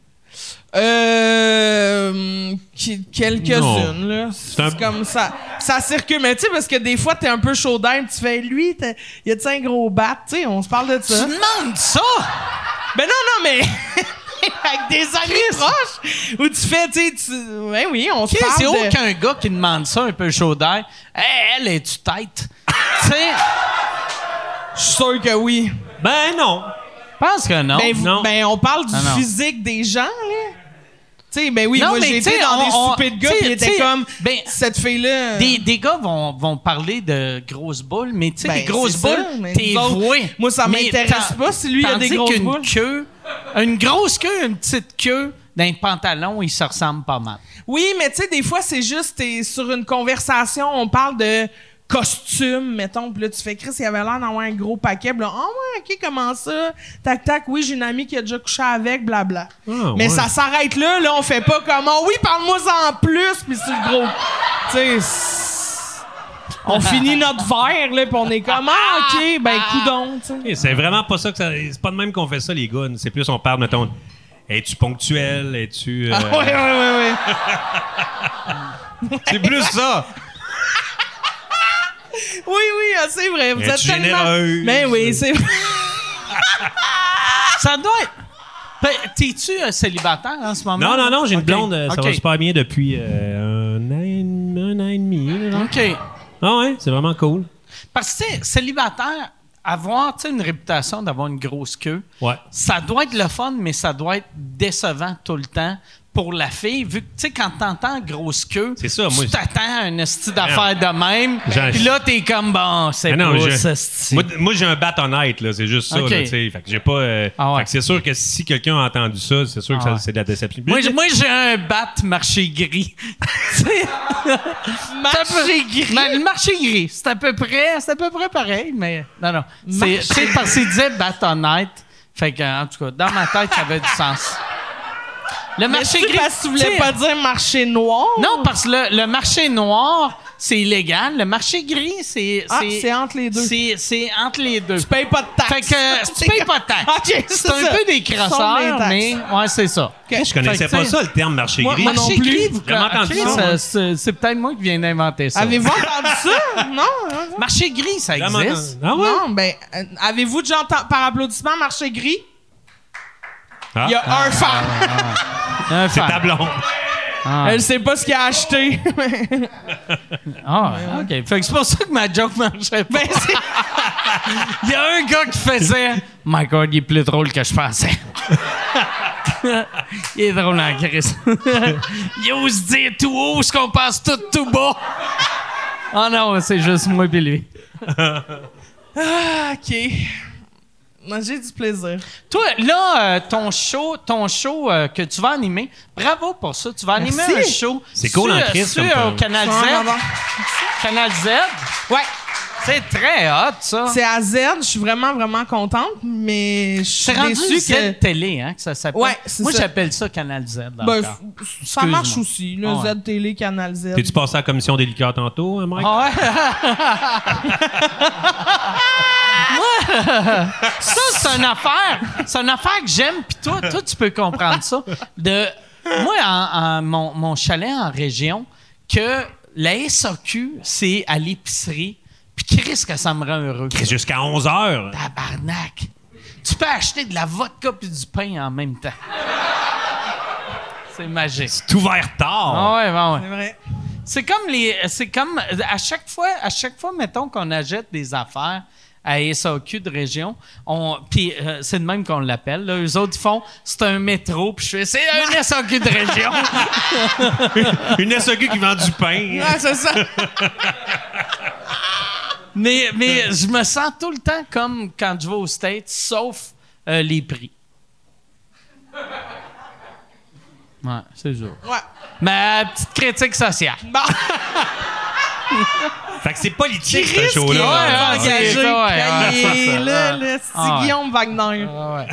Quelques-unes, là. un- C'est comme ça. Ça circule. Mais tu sais, parce que des fois, t'es un peu chaud d'air, tu fais, lui, y a-tu un gros bat? Tu sais, on se parle de Tu ça. demandes ça? Ben non, mais... Avec des amis proches, où tu fais, tu sais, ben oui, on se parle C'est de... aucun gars qui demande ça un peu chaud d'air. Hey, elle, es-tu tête? Tu sais, Je suis sûr que oui. Ben non. pense que non. Non. Ben, on parle du Ah, non. physique des gens, là. Tu sais, ben oui, Non, moi, mais j'ai tu sais, été dans des soupers de gars, t'sais, puis ils étaient t'sais, comme, ben, cette fille-là... Des gars vont parler de grosses boules, mais tu sais, Ben, les grosses c'est ça, boules, mais t'es nous autres, voué. moi, ça Mais m'intéresse pas si lui, il a des tandis grosses qu'une boules. queue, une grosse queue, une petite queue, d'un pantalon, ils se ressemblent pas mal. Oui, mais tu sais, des fois, c'est juste, t'es sur une conversation, on parle de costume, mettons, puis là, tu fais, Chris, il avait l'air d'avoir un gros paquet, puis là, oh ouais, OK, comment ça? Tac, tac, oui, j'ai une amie qui a déjà couché avec, blabla. Ah, Mais ouais. ça s'arrête là, on fait pas comme, oh oui, parle-moi en plus, puis c'est le gros. Tu sais, on finit notre verre, là, puis on est comme, ah, OK, ben, coudon, tu sais. Et c'est vraiment pas ça que ça. C'est pas de même qu'on fait ça, les gars. C'est plus, on parle, mettons, es-tu ponctuel? Es-tu. Ah, ouais. C'est plus ça. Oui, ah, c'est vrai, vous êtes Es-tu tellement... généreuse? Mais oui, c'est vrai. Ça doit être... Ben, t'es-tu célibataire en ce moment? Non, j'ai une Ok. blonde. Ça Ok. va super bien depuis un an et demi. Là. OK. Ah ouais, c'est vraiment cool. Parce que, tu sais, célibataire, avoir, tu sais, une réputation d'avoir une grosse queue, Ouais. ça doit être le fun, mais ça doit être décevant tout le temps pour la fille, vu que, tu sais, quand t'entends grosse queue, C'est ça, moi, tu t'attends à une esti d'affaires de même, J'ai- puis là, t'es comme, bon, c'est Ah non, pas j'ai- ça, esti. Moi, j'ai un bat honnête, là. C'est juste ça, Ok. là, tu sais. Fait que j'ai pas. Ah ouais. Fait que c'est sûr que si quelqu'un a entendu ça, c'est sûr que Ah ouais. c'est de la déception. Moi, j'ai un bat marché gris. Tu sais, Marché gris. ben, le marché gris, c'est à peu près pareil, mais non. C'est, tu sais, parce qu'il disait bat honnête. Fait que, en tout cas, dans ma tête, ça avait du sens. Le marché Mais gris. parce que tu voulais tu sais, pas dire marché noir? Non, parce que le marché noir, c'est illégal. Le marché gris, c'est. Ah, c'est entre les deux. C'est entre les deux. Tu payes pas de taxes. Fait que tu payes pas de taxes. OK, C'est un ça. peu des Sont les crosseurs, taxes. mais ouais, c'est ça. Je connaissais Fait que, pas tu sais, ça, le terme marché moi- gris. moi non Marché plus. gris, vous J'ai jamais entendu ok, ça, c'est peut-être moi qui viens d'inventer ça. Avez-vous entendu ça? Non? Marché gris, ça Vraiment existe. entendu. Ah ouais? Non, ben, avez-vous déjà entendu par applaudissement marché gris? Ah, Il y a un fan. Un c'est fan. ta blonde. Elle sait pas ce qu'il a acheté. Ah, OK. Fait que c'est pour ça que ma joke marchait pas. Ben, c'est- Il y a un gars qui faisait « My God, il est plus drôle que je pensais. » Il est drôle en crise. Il ose dire tout haut ce qu'on pense tout bas. Ah non, c'est juste moi et lui. Ah, OK. Moi, j'ai du plaisir. Toi, là, ton show que tu vas animer, bravo pour ça. Tu vas animer Merci. un show. C'est cool en crise, sur comme au Canal Z. Canal Z. Ouais. C'est très hot, ça. C'est à Z. Je suis vraiment, vraiment contente, mais je suis C'est rendu déçue Z que... Télé, hein, que ça s'appelle. Ouais, c'est Moi, ça. j'appelle ça Canal Z. Ben, encore. ça marche Excuse-moi. aussi, le Ah ouais. Z Télé, Canal Z. T'es-tu passé à la commission des liqueurs tantôt, hein, Mike? Ah ouais? Ça, c'est une affaire. C'est une affaire que j'aime. Puis toi, tu peux comprendre ça. Moi, mon chalet en région, que la SAQ, c'est à l'épicerie. Puis Chris, que ça me rend heureux. Jusqu'à 11h. Tabarnak. Tu peux acheter de la vodka puis du pain en même temps. C'est magique. C'est ouvert tard. Ah ouais. C'est vrai. C'est comme à chaque fois, mettons qu'on achète des affaires à SAQ de région, puis c'est de même qu'on l'appelle. Là. Eux autres, ils font, c'est un métro, puis je fais, c'est un SAQ de région. Une SAQ qui vend du pain. Ouais, c'est ça. mais je me sens tout le temps comme quand je vais aux States, sauf les prix. Ouais, c'est sûr. Ouais. Ma petite critique sociale. Bon. Fait que c'est politique, ce Risque show-là. ouais, là, ouais, engagé. c'est ça, ouais, Quand il ouais, est c'est ça. là, le Ah ouais. Guillaume Wagner.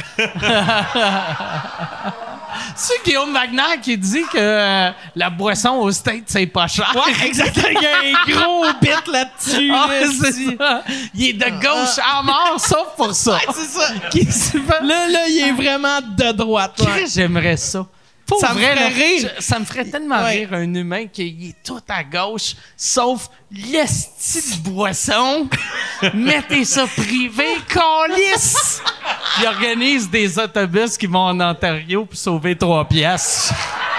C'est Guillaume Wagner qui dit que la boisson au States, c'est pas cher. Ouais, exactement. Il y a un gros bit là-dessus. Ah, là, c'est ça. Il est de gauche à mort, sauf pour ça. Ouais, c'est ça. Qui se fait- Là, il est vraiment de droite. Ouais. Chris, j'aimerais ça. Pour Ça me vrai, ferait là, rire. ça me ferait tellement Ouais. rire un humain qui est tout à gauche, sauf l'esti de boisson. Mettez ça privé, câlisse! Il organise des autobus qui vont en Ontario pour sauver 3 piastres.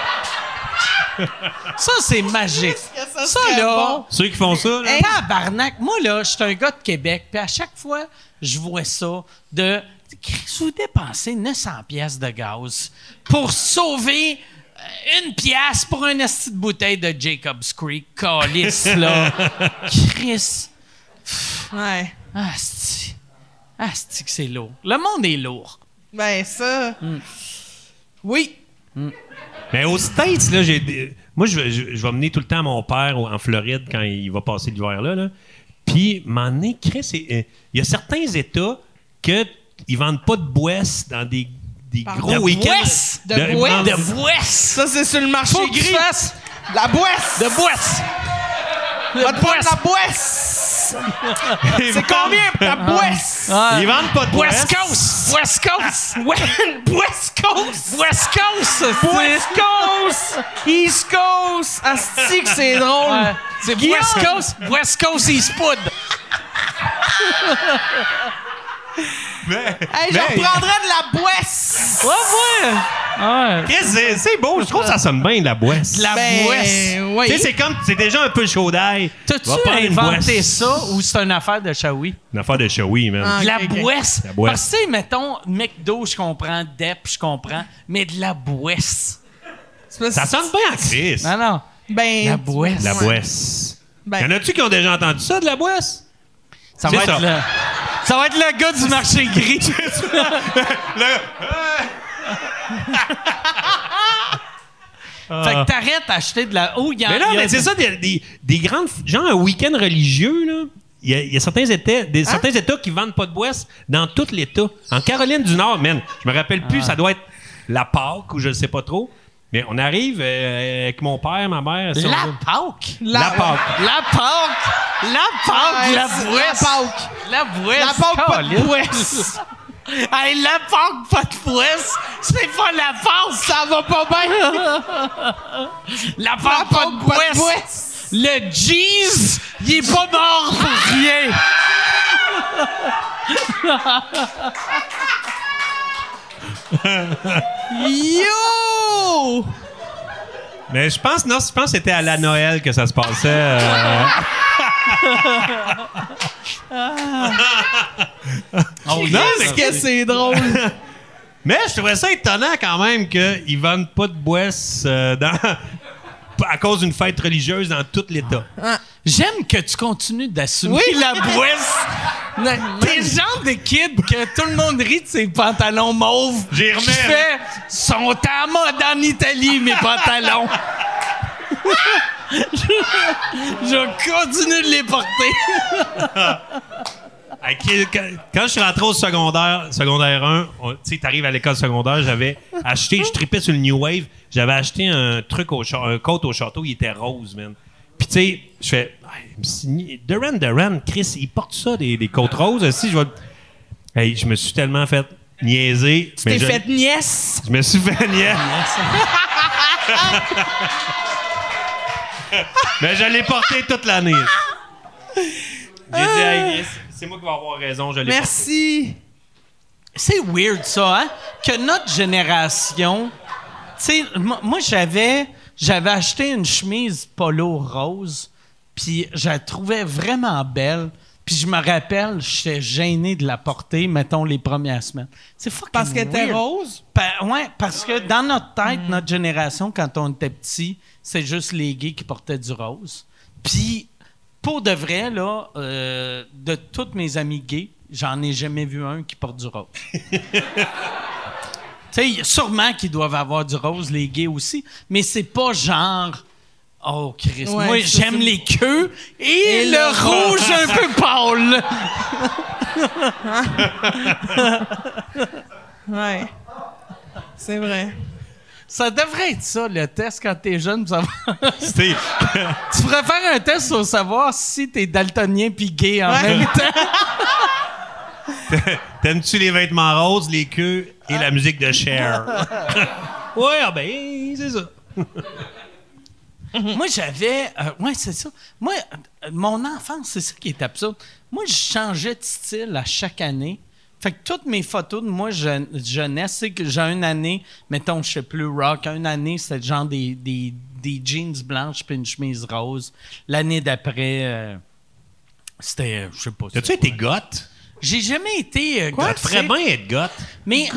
Ça, c'est magique. Ça Ça, serait là, bon. Ceux qui font ça, là. Tabarnak. Moi, là, je suis un gars de Québec, puis à chaque fois, je vois ça de... Vous dépensez 900 pièces de gaz pour sauver 1 pièce pour un esti de bouteille de Jacob's Creek. Calice, là. Chris. Ouais. Asti que c'est lourd. Le monde est lourd. Ben, ça. Oui. Mais aux States, là, moi, je vais mener tout le temps mon père en Floride quand il va passer l'hiver là. Puis, m'en donné, Chris, il y a certains États que ils vendent pas de boisse dans des gros week-ends. De boisse? De boisse! Ça, c'est sur le marché Faut que tu gris. fasses La boisse! de boisse! Va te prendre la boisse! C'est combien pour ta boisse? Ils vendent pas de boisse. West Coast! West Coast! West Coast! West Coast! West Coast! East Coast! Asti que c'est drôle! Ouais. C'est Guillaume! West Coast! West Coast East Poud! Hey, je reprendrais de la boisse! Ouais. Chris, c'est beau. Je trouve que ça sonne bien, la boisse. La boisse! Oui. Tu sais, c'est déjà un peu chaud d'ail. T'as-tu Va prendre une inventé boisse. ça ou c'est une affaire de Shawi? Une affaire de Shawi, man. Ah. De la Ok, ok. boisse. La boisse. Parce que, tu sais, mettons, McDo, je comprends, Dep, je comprends, mais de la boisse. Ça sonne bien en Chris. Non. Ben, La boisse. La Ouais. boisse. Ben. Y en a-tu qui ont déjà entendu ça, de la boisse? Ça C'est va, ça. ça va être le gars du marché gris. Fait que t'arrêtes d'acheter de la... Oh, il y a... Mais non, mais c'est ça, des grandes... Genre un week-end religieux, là. Il y a certains États qui vendent pas de boisse dans tout l'État. En Caroline du Nord, man, je me rappelle plus, ça doit être la Pâque ou je ne sais pas trop. Mais on arrive avec mon père, ma mère... La Pâque? La Pâque. La Pâque! La Pâque! Ouais, La c'est boisse! la Pâque. La boisse! La Pâque, pas de Colin. boisse! Hey, la Pâque, pas de boisse! C'est pas la Pâque! Ça va pas bien! La Pâque, pas de boisse! Le Jeez, il est pas mort pour rien! Yo! Mais je pense que c'était à la Noël que ça se passait. Oh, Non, Qu'est-ce que c'est drôle! Mais je trouvais ça étonnant quand même qu'ils vendent pas de boisse à cause d'une fête religieuse dans tout l'État. J'aime que tu continues d'assumer la boisse. T'es le genre de kid que tout le monde rit de ses pantalons mauves. J'y remets. Qui fait « sont à mode en Italie, mes pantalons. » Je continue de les porter. Quand je suis rentré au secondaire 1, tu sais, t'arrives à l'école secondaire, j'avais acheté, je tripais sur le New Wave, j'avais acheté un truc un coat au château, il était rose, man. Puis tu sais, je fais, Duran, Chris, il porte ça, des côtes roses, si je vais... Hey, je me suis tellement fait niaiser. Tu t'es fait nièce! Je me suis fait niaiser. Mais je l'ai porté toute l'année. J'ai dit, hey, c'est moi qui vais avoir raison, je l'ai porté. Merci! C'est weird, ça, hein? Que notre génération... Tu sais, moi, j'avais acheté une chemise polo rose, puis je la trouvais vraiment belle. Puis je me rappelle, j'étais gêné de la porter, mettons, les premières semaines. C'est fucking Parce qu'elle était weird. rose? Ouais, parce que dans notre tête, notre génération, quand on était petit, c'est juste les gays qui portaient du rose. Puis, pour de vrai, là, de tous mes amis gays, j'en ai jamais vu un qui porte du rose. Tu sais, sûrement qu'ils doivent avoir du rose, les gays aussi, mais c'est pas genre... Oh, Christ, Ouais, moi, ça, j'aime c'est- les queues et Et le le rouge un peu pâle. Ouais. C'est vrai. Ça devrait être ça, le test, quand t'es jeune. Pour savoir... C'était- Tu pourrais faire un test pour savoir si t'es daltonien puis gay en même temps. T'aimes-tu les vêtements roses, les queues et la musique de Cher? Ouais, ah ben, c'est ça. Moi, j'avais... ouais, c'est ça. Moi, mon enfance, c'est ça qui est absurde. Moi, je changeais de style à chaque année. Fait que toutes mes photos de moi jeunesse, c'est que j'ai une année, mettons, je sais plus, rock. Une année, c'était genre des jeans blanches puis une chemise rose. L'année d'après, c'était, je sais pas. As-tu été goth? J'ai jamais été Ça te ferait bien être goth. Mais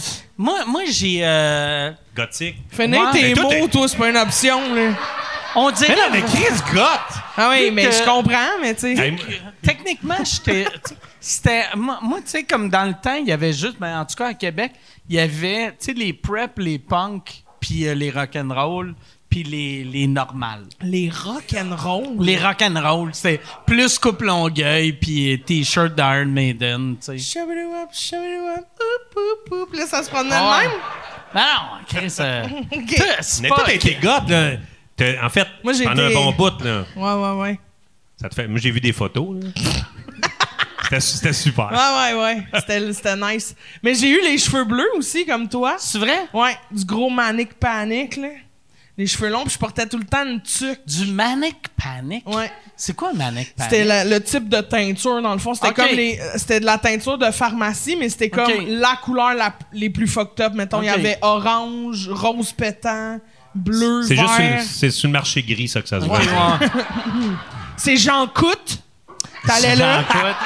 j'ai... Gothique. Finir Ouais. tes Mais toi, mots, toi, c'est pas une option, là. On dirait... Mais non, mais Chris, goth! Ah oui, mais que- je comprends, mais tu sais. Hey, Techniquement, c'était... Moi, tu sais, comme dans le temps, il y avait juste... Ben, en tout cas, à Québec, il y avait, tu sais, les prep, les punks, puis les rock'n'roll, puis les normales. Les rock'n'roll. Les rock'n'roll, c'est plus coupe Longueuil, puis T-shirt d'Iron Maiden, tu sais. Shabadouap, shabadouap, oup, oup, oup. Là, ça se promenait Ah. de même. Ben non, Chris, OK. c'est mais pas... toi, t'as été goth, là. En fait, Moi, j'ai pendant été- un bon bout, là. Ouais. Ça te fait... Moi, j'ai vu des photos, là. C'était super. Ouais. C'était nice. Mais j'ai eu les cheveux bleus aussi, comme toi. C'est vrai? Ouais, du gros manic panic, là. Les cheveux longs, puis je portais tout le temps une tuque. Du Manic Panic? Ouais. C'est quoi un Manic Panic? C'était le type de teinture, dans le fond. C'était Ok. comme c'était de la teinture de pharmacie, mais c'était comme Ok. la couleur les plus fucked up. Mettons, il y Ok. avait orange, rose pétant, bleu, C'est juste vert. c'est sur le marché gris, ça, que ça se voit. Ouais. C'est Jean Coute. T'allais là.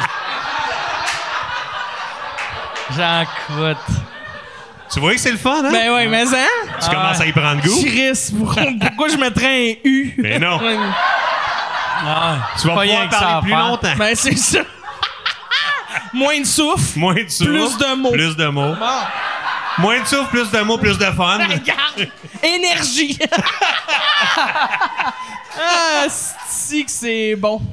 J'en coûte. Tu vois que c'est le fun, hein? Ben ouais, mais hein? Tu commences à y prendre goût. Chris, pourquoi je mettrais un U? Mais non. Ouais. Tu vas Pas rien pouvoir que ça à parler plus faire. longtemps. Ben c'est ça. Moins de souffle. Moins de souffle. Plus de mots. Plus de mots. Bon. Moins de souffle, plus de mots, plus de fun. Regarde! Énergie! Ah, si que c'est bon.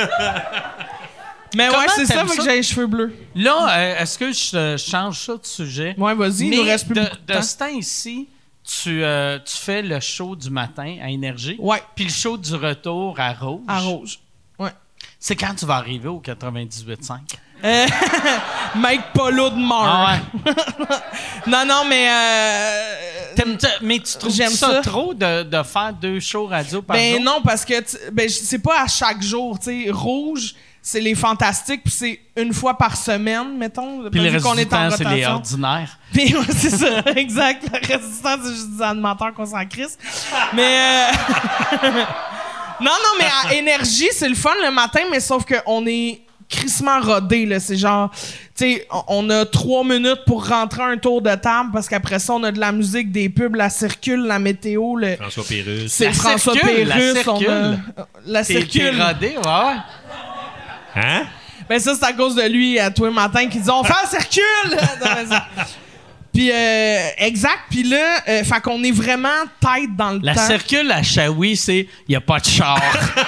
Mais Comment ouais, c'est ça, t'aimes fait que ça? j'ai les cheveux bleus. Là, est-ce que je change ça de sujet? Ouais, vas-y, il Mais nous reste plus de, beaucoup de de temps. ce temps-ci, tu fais le show du matin à Énergie. Ouais, Puis le show du retour à Rouge. à rouge. Ouais. C'est quand tu vas arriver au 98.5? Mike Polo de mort. Ah ouais. Non, mais... Mais tu trouves J'aime ça ça. trop de faire 2 shows radio par Ben jour? non, parce que c'est pas à chaque jour, tu sais. Rouge, c'est les fantastiques, puis c'est une fois par semaine, mettons. Puis le vu reste qu'on du est en temps, c'est les rotation. ordinaires. Puis ouais, c'est ça, exact. Le reste du temps, c'est juste des animateurs qu'on s'en crisse. Mais non, mais à Énergie, c'est le fun le matin, mais sauf qu'on est crissement rodé, là. C'est genre, tu sais, on a 3 minutes pour rentrer un tour de table parce qu'après ça, on a de la musique, des pubs, la circule, la météo. François Pérusse. C'est La François circule, la Pérusse. circule. La T'es circule. rodé, ouais. Hein? Ben ça, c'est à cause de lui, à tous les matins, qui dit « On fait un circule! » Non, mais ça- Puis, exact. Puis là, fait qu'on est vraiment tête dans le La temps. circule à Shawi, c'est il n'y a pas de char.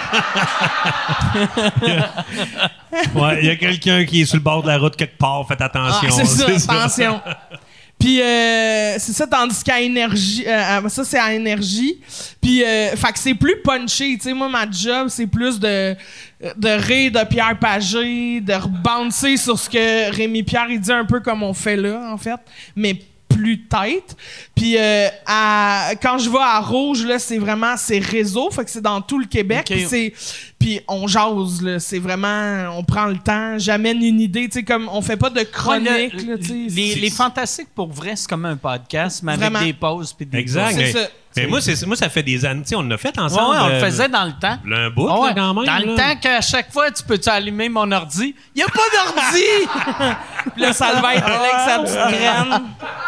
Ouais, il y a quelqu'un qui est sur le bord de la route quelque part. Faites attention. Ah, c'est ça, attention. Puis, c'est ça, tandis qu'à Énergie... ça, c'est à Énergie. Puis, fait que c'est plus punché. Tu sais, moi, ma job, c'est plus de rire de Pierre Pagé, de rebouncer sur ce que Rémi Pierre, il dit un peu comme on fait là, en fait. Mais plus tête. Puis, quand je vais à Rouge, là, c'est vraiment... C'est réseau, fait que c'est dans tout le Québec. Ok. Puis on jase, là. C'est vraiment... On prend le temps. J'amène une idée. Tu sais, comme... On fait pas de chronique, là, tu sais. Les Fantastiques, pour vrai, c'est comme un podcast, mais Vraiment. avec des pauses puis des Exact. C'est Mais, ça. mais moi, ça fait des années. Tu sais, on l'a fait Ouais, ensemble. on le faisait dans le temps. Un bout, Ah ouais. là, quand même. Dans le là. temps qu'à chaque fois, tu peux-tu allumer mon ordi? Il n'y a pas d'ordi! Puis là, Salva était là avec sa petite graine.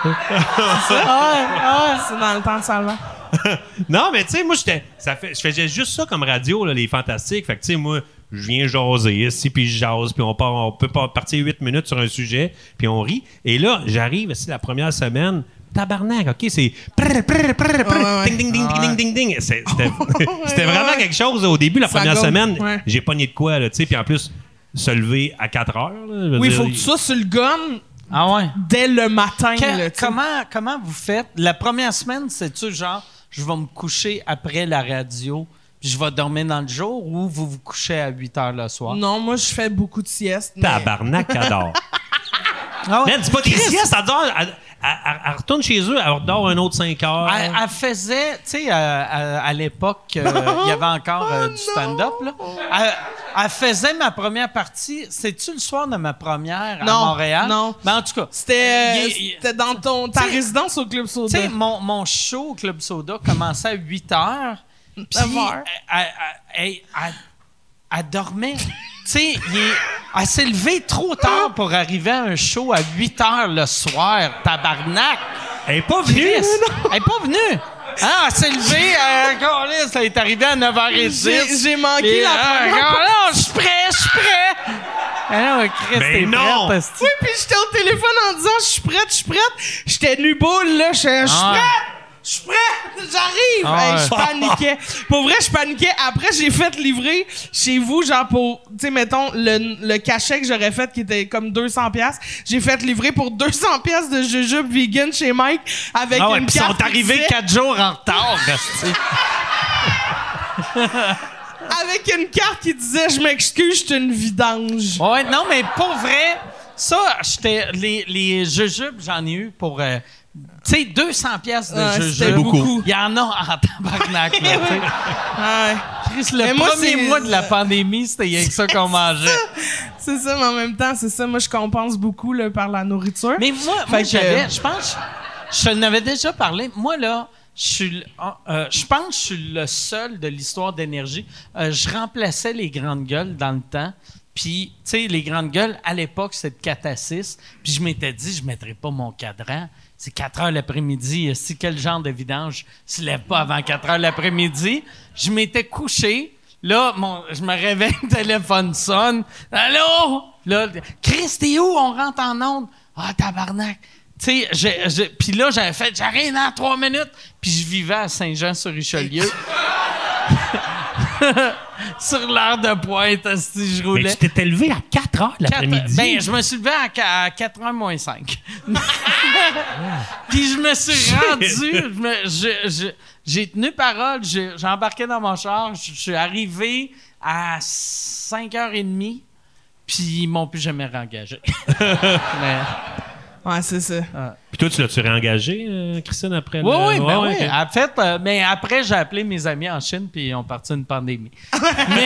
C'est dans le temps de Salva. Non, mais tu sais, moi, je faisais juste ça comme radio, là, les Fantastiques. Fait que, tu sais, moi, je viens jaser ici, puis je jase, puis on peut pas partir 8 minutes sur un sujet, puis on rit. Et là, j'arrive ici la première semaine. Tabarnak, OK, c'est... Ding, ding, ding, ding, ding, ding. C'était vraiment quelque chose. Au début, la Ça première gomme, semaine, ouais. j'ai pogné de quoi, là, tu sais, puis en plus, se lever à 4 heures. Là, je veux Oui, il dire, faut que tu sois sur le gun Ah ouais? dès le matin, là, tu sais. Comment vous faites? La première semaine, c'est-tu genre, je vais me coucher après la radio, puis je vais dormir dans le jour, ou vous vous couchez à 8 heures le soir? Non, moi, je fais beaucoup de siestes. mais- Tabarnak, qu'adore. Ah ouais? Man, c'est pas des siestes, elle dort. Elle retourne chez eux, elle dort un autre 5 heures. Elle faisait, tu sais, à l'époque, il y avait encore du stand-up, là. Elle faisait ma première partie. C'est-tu le soir de ma première à Non, Montréal? non. Ben, en tout cas, C'était dans ta T'sais- résidence au Club tu Soda. sais, mon show au Club Soda commençait à 8 heures. Puis 9 heures. elle dormait. Tu sais, elle s'est levée trop tard pour arriver à un show à 8 h le soir, tabarnak. Elle est pas venue. Elle est pas venue. Ah, elle s'est levée, ça est arrivé à 9h10. J'ai manqué la première. Non, je suis prêt. Ah non, Chris, Mais t'es non! prête, esti. Oui, puis j'étais au téléphone en disant je suis prête. J'étais nu-boule, là. Je suis prête! J'arrive! Ah ouais. Je paniquais. Pour vrai, je paniquais. Après, j'ai fait livrer chez vous, genre pour, tu sais, mettons, le cachet que j'aurais fait qui était comme 200$. J'ai fait livrer pour 200$ de jujube vegan chez Mike avec Ah ouais, une pis ils carte sont qui arrivés disait- 4 jours en retard, esti. avec une carte qui disait je m'excuse, je suis une vidange. Ouais, non, mais pour vrai, ça, les jujubes, j'en ai eu pour, tu sais, 200$ de C'était jujubes. beaucoup. Il y en a en tabarnak, là, tu sais. Ouais. Chris, le Mais moi, premier c'est- mois de la pandémie, c'était rien que ça qu'on mangeait. C'est ça, mais en même temps, c'est ça. Moi, je compense beaucoup là, par la nourriture. Mais moi Fait que- je pense, je te n'avais déjà parlé. Moi, là, je pense que je suis le seul de l'histoire d'énergie. Je remplaçais les grandes gueules dans le temps. Puis, tu sais, les grandes gueules, à l'époque, c'était de 4 à 6. Puis je m'étais dit, je ne mettrais pas mon cadran. C'est 4 heures l'après-midi. Si quel genre de vidange se lève pas avant 4 heures l'après-midi? Je m'étais couché. Là, je me réveille, le téléphone sonne. Allô? Là, Chris, t'es où? On rentre en onde. Ah, tabarnak. Tu sais, puis là, j'avais fait, j'arrive dans 3 minutes. Puis je vivais à Saint-Jean-sur-Richelieu. Sur l'heure de pointe, si je roulais. Mais tu t'étais levé à 4 heures l'après-midi. Ben, je me suis levé à 4h moins 5. Puis je me suis rendu, j'ai tenu parole, j'ai embarqué dans mon char, je suis arrivé à 5h30, puis ils m'ont plus jamais réengagé. Mais, Ouais, c'est ça. Puis toi, tu l'as-tu réengagé, Christine, après? oui, ben oui. ok. En fait, mais après, j'ai appelé mes amis en Chine, puis ils ont parti une pandémie. Mais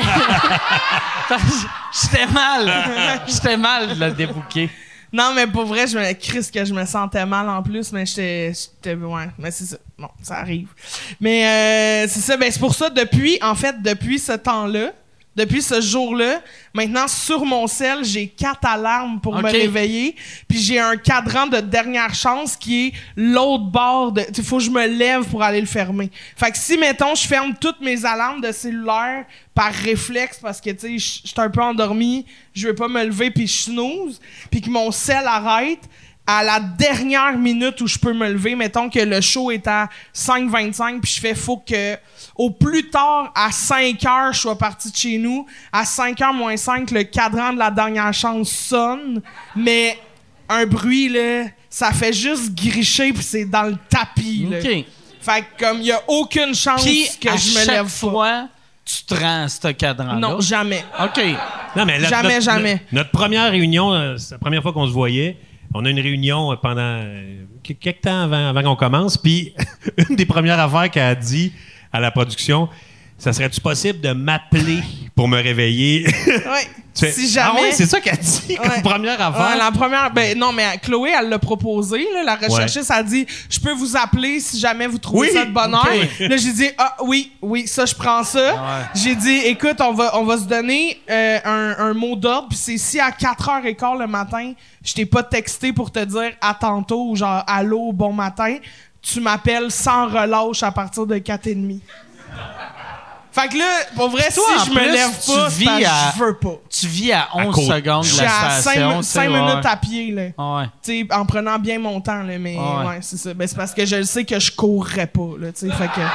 j'étais mal de le débouquer. Non, mais pour vrai, je me sentais mal en plus, mais j'étais ouais, mais c'est ça. Bon, ça arrive. Mais c'est ça, ben c'est pour ça, depuis ce temps-là, depuis ce jour-là, maintenant, sur mon cell, j'ai 4 alarmes pour me réveiller. Puis j'ai un cadran de dernière chance qui est l'autre bord de... Il faut que je me lève pour aller le fermer. Fait que si, mettons, je ferme toutes mes alarmes de cellulaire par réflexe parce que, tu sais, je suis un peu endormi, je veux pas me lever puis je snooze, puis que mon cell arrête, à la dernière minute où je peux me lever, mettons que le show est à 5h25, puis je fais faut que au plus tard à 5h je sois parti de chez nous, à 5h moins 5 le cadran de la dernière chance sonne, mais un bruit là, ça fait juste gricher puis c'est dans le tapis là. OK. Fait que comme il y a aucune chance Puis, que à je me chaque lève fois, tu te rends à ce cadran-là. Non, jamais. OK. Non, mais Jamais. Notre première réunion, c'est la première fois qu'on se voyait. On a une réunion pendant quelques temps avant qu'on commence. Puis, une des premières affaires qu'elle a dit à la production, ça serait-tu possible de m'appeler pour me réveiller? Ouais. Tu fais, Si jamais. Ah ouais, c'est ça qu'elle dit comme Ouais. première affaire. Ouais, la première, ben non, mais Chloé, elle l'a proposé. Là, la recherchiste a dit, je peux vous appeler si jamais vous trouvez Oui, ça de bonne heure. ok. Là, j'ai dit, ah oui, ça, je prends ça. J'ai dit, écoute, on va se donner un mot d'ordre, puis c'est si à 4h15 le matin, je t'ai pas texté pour te dire à tantôt, ou genre allô, bon matin, tu m'appelles sans relâche à partir de 4h30. Fait que là, pour vrai, Toi, si en je me plus, lève tu pas, c'est vis parce que à- je veux pas. Tu vis à 11 côte. secondes Je de suis la à station. 5 minutes à pied, là. Ouais. Tu sais, en prenant bien mon temps, là, mais Ouais. ouais, c'est ça. Ben, c'est parce que je le sais que je courrais pas, là, tu sais, fait que...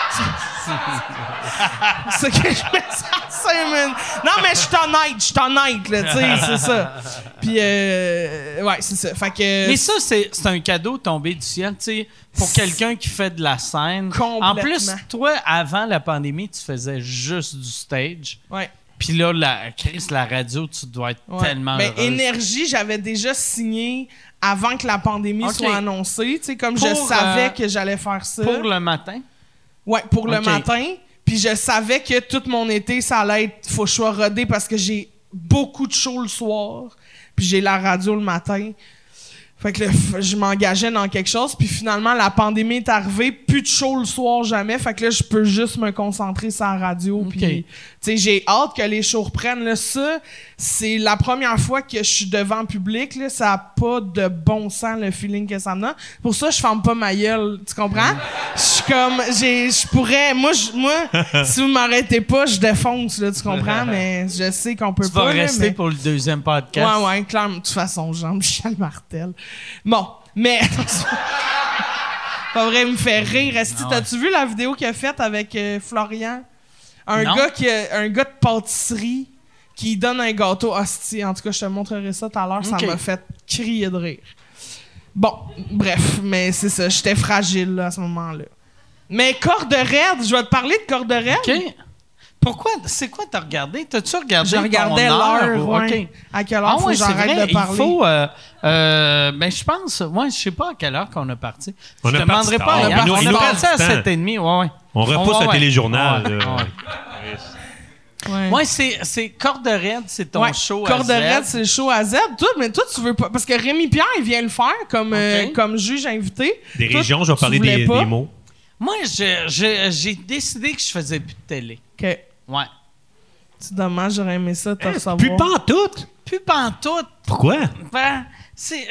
c'est que je mets ça à 5 minutes. Non, mais je suis honnête, là, tu sais, c'est ça. Puis, ouais, c'est ça. Fait que... Mais ça, c'est un cadeau tombé du ciel, tu sais, pour quelqu'un qui fait de la scène. Complètement. En plus, toi, avant la pandémie, tu faisais juste du stage. Ouais. Puis là, Chris, la radio, tu dois être Ouais. tellement Ben, heureuse. Énergie, j'avais déjà signé avant que la pandémie Ok. soit annoncée, tu sais, comme je Pour, savais que j'allais faire ça. Pour le matin. Ouais, pour le Ok. matin. Puis je savais que tout mon été, ça allait être... Faut que je sois rodé parce que j'ai beaucoup de shows le soir. Puis j'ai la radio le matin. Fait que là, je m'engageais dans quelque chose, puis finalement, la pandémie est arrivée, plus de show le soir, jamais. Fait que là, je peux juste me concentrer sur la radio. Puis, tu sais, j'ai hâte que les shows reprennent. Là, ça, c'est la première fois que je suis devant le public. Là, ça n'a pas de bon sens, le feeling que ça me donne. Pour ça, je ferme pas ma gueule. Tu comprends? Je suis comme, je pourrais, moi, si vous m'arrêtez pas, je défonce, là, tu comprends? Mais je sais qu'on peut pas. Tu vas rester pour le deuxième podcast. Ouais, clairement. De toute façon, Jean-Michel Martel. Bon, mais... Pas vrai, il me fait rire. T'as-tu vu la vidéo qu'il a faite avec Florian? Un gars de pâtisserie qui donne un gâteau hostie. En tout cas, je te montrerai ça tout à l'heure. Ça m'a fait crier de rire. Bon, bref, mais c'est ça. J'étais fragile là, à ce moment-là. Mais corde raide, je vais te parler de corde raide. OK. Pourquoi? C'est quoi t'as regardé? T'as-tu regardé? Je regardais l'heure. Ouais. À quelle heure faut que j'arrête de parler? Il faut... ben, je pense... Ouais, je sais pas à quelle heure qu'on a parti. Je te demanderai pas. On a parti à 7h30. Ouais. On repousse le téléjournal. Ouais, c'est Corde raide, c'est ton show à Z. Corde raide, c'est le show à Z. Mais toi, tu veux pas... Parce que Rémi Pierre, il vient le faire comme juge invité. Des régions, je vais parler des mots. Moi, j'ai décidé que je faisais plus de télé. OK. Ouais. C'est dommage, j'aurais aimé ça te recevoir. Plus pantoute? Plus pantoute. Pourquoi? Ben, c'est...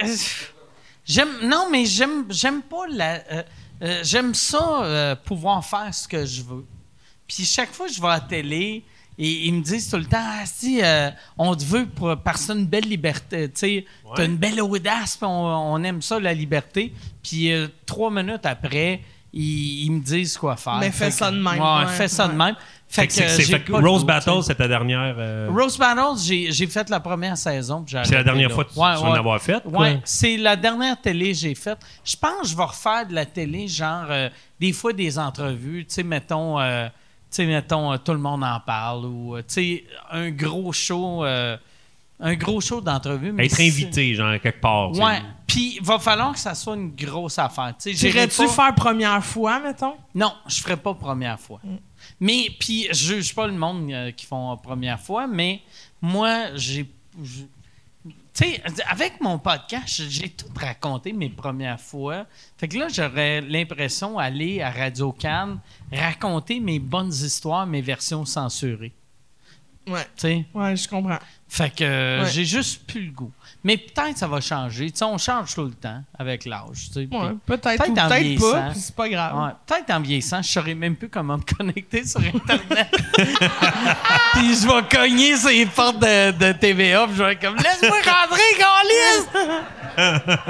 j'aime pas la... j'aime ça, pouvoir faire ce que je veux. Puis chaque fois que je vais à la télé, ils me disent tout le temps, on te veut par ça une belle liberté. Tu sais, t'as une belle audace, puis on aime ça, la liberté. Puis 3 minutes après, ils me disent quoi faire. Mais fais ça de même. Ouais, fais ça de même. Fait que Rose Battle, c'est ta dernière... Rose Battle, j'ai fait la première saison. C'est la dernière fois que tu vas en avoir fait? Oui, c'est la dernière télé que j'ai faite. Je pense que je vais refaire de la télé, genre, des fois des entrevues, tu sais, mettons, tout le monde en parle, ou, tu sais, un gros show d'entrevue. Être invité, genre, quelque part. Ouais, puis il va falloir que ça soit une grosse affaire. Irais-tu faire première fois, mettons? Non, je ferais pas première fois. Mais, puis, je juge pas le monde qui font première fois, mais moi, tu sais, avec mon podcast, j'ai tout raconté mes premières fois. Fait que là, j'aurais l'impression d'aller à Radio-Can raconter mes bonnes histoires, mes versions censurées. Ouais. Tu sais? Ouais, je comprends. Fait que j'ai juste plus le goût. Mais peut-être que ça va changer. Tu sais, on change tout le temps avec l'âge. Tu sais. Ouais, peut-être ou peut-être pas, puis c'est pas grave. Ouais, peut-être en vieillissant, je saurais même plus comment me connecter sur Internet. Puis je vais cogner sur les portes de TVA, puis je vais être comme « Laisse-moi rentrer, câlisse! »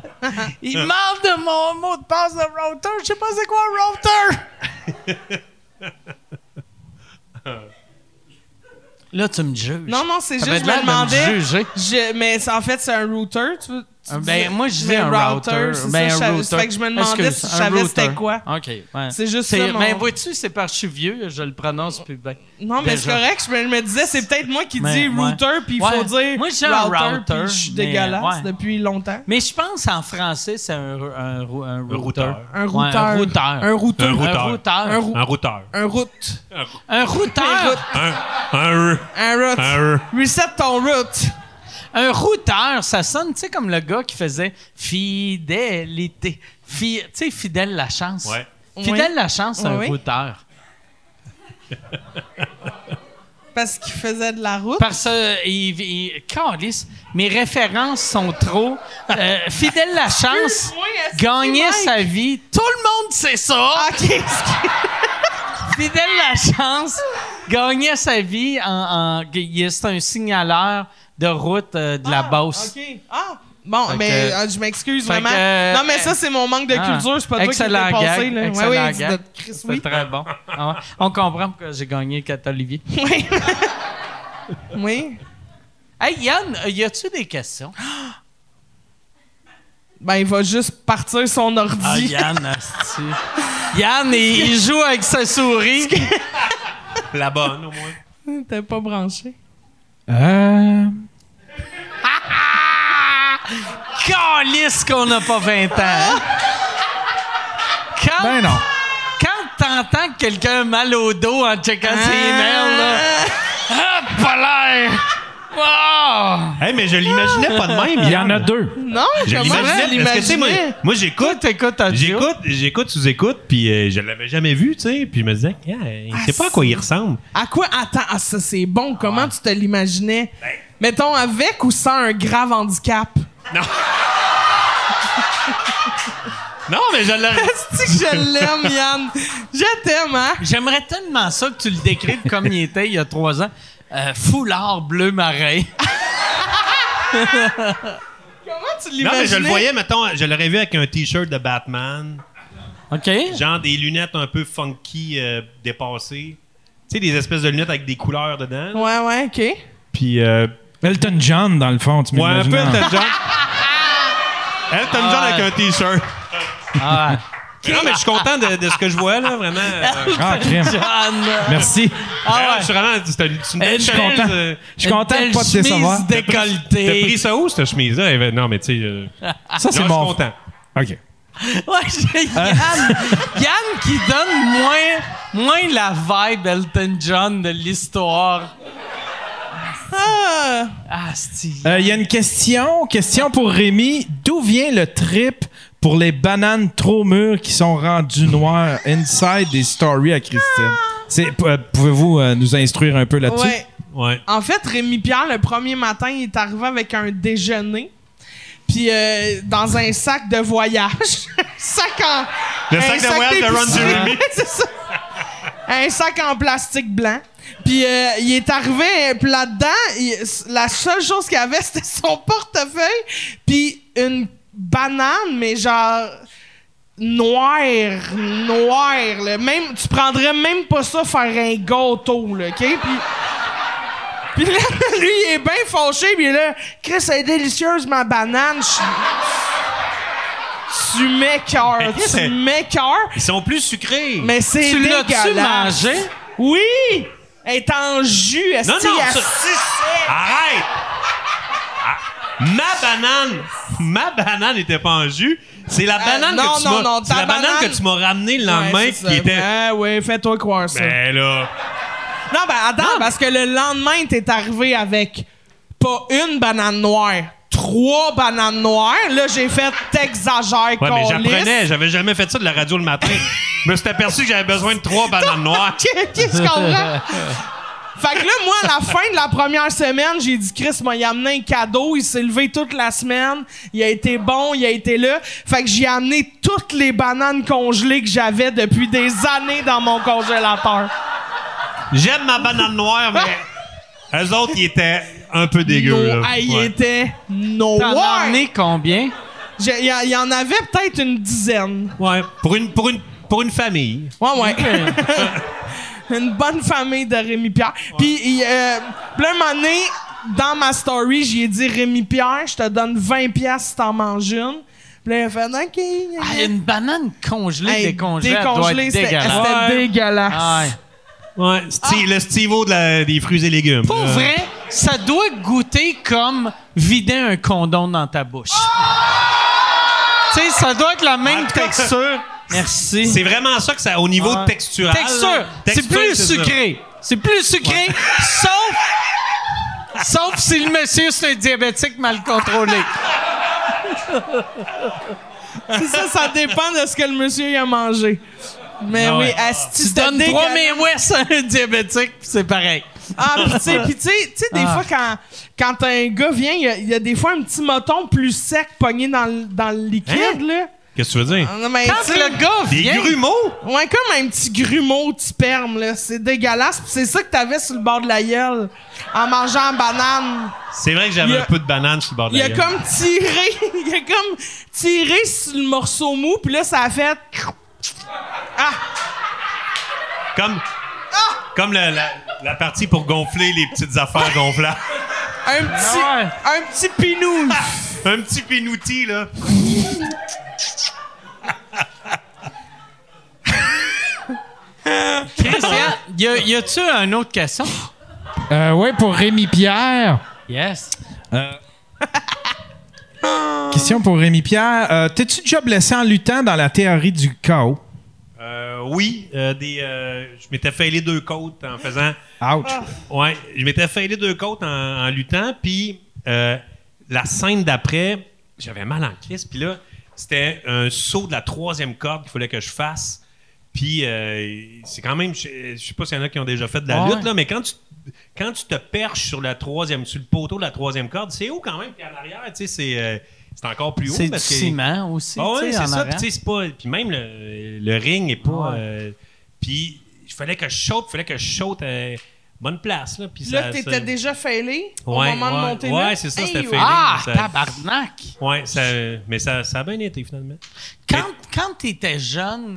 Il manque de mon mot de passe de router. Je sais pas c'est quoi un router. Là, tu me juges. Non, c'est juste, je me demandais... Mais en fait, c'est un router, tu veux... moi, je disais un router. Un router. Fait que je me demandais si je savais c'était quoi. OK. Ouais. C'est juste ça, mais vois-tu, c'est parce que je suis vieux, je le prononce plus bien. Non, mais c'est correct. Je me disais, c'est peut-être moi qui dis router, puis il faut dire moi, j'ai un router, puis je suis dégueulasse depuis longtemps. Mais je pense en français, c'est un router. Un routeur. Un routeur. Un route. Un routeur. Un route. Reset ton route. Un routeur, ça sonne, tu sais, comme le gars qui faisait fidélité. Tu sais, fidèle la chance. Ouais. Fidèle la chance, c'est un routeur. Parce qu'il faisait de la route? Parce que, câlisse, mes références sont trop... Fidèle la chance gagnait sa vie. Tout le monde sait ça! OK. Fidèle la chance gagnait sa vie c'est un signaleur de route de la Beauce. OK. Bon, mais je m'excuse vraiment. Non, mais ça, c'est mon manque de culture. C'est pas toi qui l'as passé. Là. Excellent gag. C'est très bon. On comprend pourquoi j'ai gagné 4 Olivier. Oui. Oui. Hey, Yann, y a-tu des questions? Ben, il va juste partir son ordi. Ah, Yann, Yann, il joue avec sa souris. La bonne, au moins. T'es pas branché. Calisse qu'on n'a pas 20 ans. Hein? Ben non. Quand t'entends que quelqu'un a mal au dos en checkant ses emails, là... pas l'air! Oh! Hey, mais je l'imaginais pas de même. Il y en a deux. Non, Je comment tu l'imaginais. Parce que, tu sais, moi, Écoute, j'écoute sous-écoute, puis je l'avais jamais vu, tu sais. Puis je me disais, il sait pas à quoi il ressemble. À quoi? Attends, ça c'est bon. Comment tu te l'imaginais? Mettons, avec ou sans un grave handicap? Non. Non, mais je l'ai. C'est que je l'aime, Yann. Je t'aime, hein? J'aimerais tellement ça que tu le décrives comme il était il y a 3 ans. Foulard bleu marin. Comment tu l'imaginais? Non, mais je le voyais, mettons, je l'aurais vu avec un T-shirt de Batman. OK. Genre des lunettes un peu funky dépassées. Tu sais, des espèces de lunettes avec des couleurs dedans. Ouais, OK. Puis. Elton John, dans le fond, tu Ouais, un peu m'imagines. Elton John. Elton John avec un T-shirt. Ah, Non, mais je suis content de ce que je vois, là, vraiment. Ah, crème. John. Merci. Je suis vraiment. C'est une belle Je suis chemise, content. Je suis content de pas te décevoir. Chemise décolletée. T'as pris ça où, cette chemise-là? Non, mais tu sais. Ça, c'est je suis mon... content. OK. Ouais, j'ai Yann qui donne moins la vibe Elton John de l'histoire. Steve. Il y a une question pour Rémi. D'où vient le trip pour les bananes trop mûres qui sont rendues noires inside des stories à Christine? Pouvez-vous nous instruire un peu là-dessus? Ouais. Ouais. En fait, Rémi Pierre, le premier matin, il est arrivé avec un déjeuner. Puis dans un sac de voyage. Le sac de voyage de Ron Jeremy. C'est ça. Un sac en plastique blanc. Puis il est arrivé, puis là-dedans, la seule chose qu'il avait, c'était son portefeuille, puis une banane, mais genre noire, là. Même, tu prendrais même pas ça faire un gâteau, là, OK? Puis là, lui, il est bien fâché, puis il est là, « Chris, elle est délicieuse, ma banane. » Tu m'écoeures. Ils sont plus sucrés. Mais c'est Tu l'as-tu dégueulasse. mangé? Oui! Elle est en jus. Non, arrête! Ma banane n'était pas en jus. C'est la banane que tu m'as ramenée le lendemain qui était... Ah oui, fais-toi croire ça. Ben là... Non, ben attends, parce que le lendemain, t'es arrivé avec pas une banane noire, 3 bananes noires. Là, j'ai fait t'exagères, Ouais, mais j'apprenais. J'avais jamais fait ça de la radio le matin. Je me suis aperçu que j'avais besoin de 3 bananes noires. Qu'est-ce qu'on comprend? Fait que là, moi, à la fin de la première semaine, j'ai dit, Chris m'a amené un cadeau. Il s'est levé toute la semaine. Il a été bon, il a été là. Fait que j'ai amené toutes les bananes congelées que j'avais depuis des années dans mon congélateur. J'aime ma banane noire, mais eux autres, ils étaient un peu dégueux. Il était T'en as noir. amené combien? Il y en avait peut-être une dizaine. Ouais. Pour une famille. Ouais. Une bonne famille de Rémi Pierre. Puis, là, un moment donné, dans ma story, j'y ai dit, Rémi Pierre, je te donne 20$ si t'en manges une. Puis là, il a fait, OK. Une banane congelée, Hey, décongelée, elle doit être dégueulasse. C'était dégueulasse. Ah ouais. Ouais. Le Steve-O des fruits et légumes. Pour vrai, ça doit goûter comme vider un condom dans ta bouche. Tu sais, ça doit être la même texture. Merci. C'est vraiment ça que ça, au niveau textural. Texture. C'est plus sucré. C'est plus sucré, sauf si le monsieur, c'est un diabétique mal contrôlé. C'est ça, ça dépend de ce que le monsieur il a mangé. Mais Ah ouais. oui, asti, Tu c'était donnes 3 May West à un diabétique, puis c'est pareil. Ah, puis tu sais, des fois, quand un gars vient, il y a des fois un petit moton plus sec pogné dans le liquide, là. Qu'est-ce que tu veux dire? Non, mais Quand tu sais, le gars Des vient... grumeaux? ouais, comme un petit grumeau de sperme, là. C'est dégueulasse. Puis c'est ça que t'avais sur le bord de la gueule en mangeant la banane. C'est vrai que j'avais un peu de banane sur le bord de Il la a gueule. comme tiré sur le morceau mou, puis là, ça a fait... Ah! Comme la partie pour gonfler les petites affaires gonflables. Un petit pinou. Un petit pinouti, là. Christian, y a-tu une autre question? Oui, pour Rémi Pierre. Yes. Question pour Rémi Pierre. T'es-tu déjà blessé en luttant dans la théorie du chaos? Oui, je m'étais failé 2 côtes en faisant... Ouch. Ouais, je m'étais failé 2 côtes en luttant, puis la scène d'après, j'avais mal en crise, puis là, c'était un saut de la 3e corde qu'il fallait que je fasse, puis c'est quand même... Je sais pas s'il y en a qui ont déjà fait de la lutte, là, mais quand tu te perches sur le poteau de la 3e corde, c'est haut quand même, puis en arrière, tu sais, c'est encore plus haut. C'est du ciment aussi. Oui, c'est ça. Puis puis même le ring est pas. Puis il fallait que je saute à bonne place. Là, puis là, t'étais déjà failé au moment de monter là? là? Ouais, c'est ça, c'était failé. Tabarnak! Ouais, mais ça a bien été finalement. Quand t'étais jeune,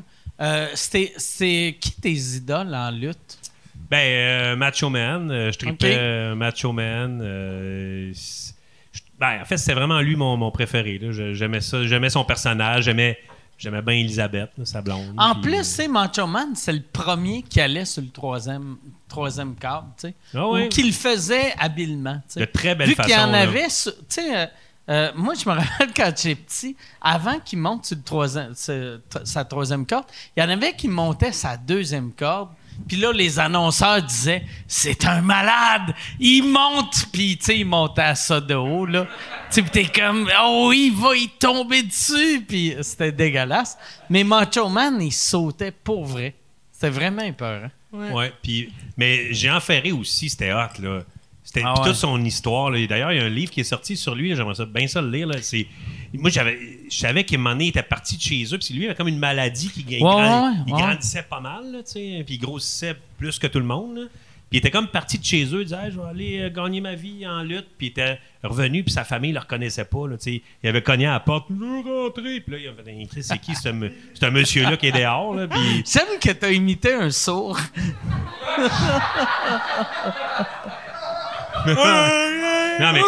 c'est qui tes idoles en lutte? Macho Man. Je tripais Macho Man. En fait, c'était vraiment lui mon préféré. Là. J'aimais ça. J'aimais son personnage. J'aimais bien Elisabeth, là, sa blonde. En plus, c'est Macho Man, c'est le premier qui allait sur le troisième cadre, tu sais. Ou qui le faisait habilement. T'sais. De très belle façon. Vu qu'il y en avait, tu sais, moi, je me rappelle quand j'étais petit, avant qu'il monte sur sa 3e corde, il y en avait qui montaient sa 2e corde. Puis là, les annonceurs disaient « C'est un malade! Il monte! » Puis, tu sais, il montait à ça de haut, là. Tu sais, t'es comme « Oh, il va y tomber dessus! » Puis c'était dégueulasse. Mais Macho Man, il sautait pour vrai. C'était vraiment épeurant. Ouais, mais Jean Ferré aussi, c'était hot, là. C'était toute son histoire, là. D'ailleurs, il y a un livre qui est sorti sur lui, là. J'aimerais bien ça le lire, là. Moi, je savais qu'à un moment donné, il était parti de chez eux, puis lui, il avait comme une maladie il grandissait pas mal, là, tu sais, puis il grossissait plus que tout le monde, là. Puis il était comme parti de chez eux, il disait « Je vais aller gagner ma vie en lutte », puis il était revenu, puis sa famille ne le reconnaissait pas, là, tu sais. Il avait cogné à la porte « Je veux rentrer », puis là, il avait dit « C'est qui ce monsieur-là qui est dehors, là? » Puis... J'aime que tu as imité un sourd. Non, mais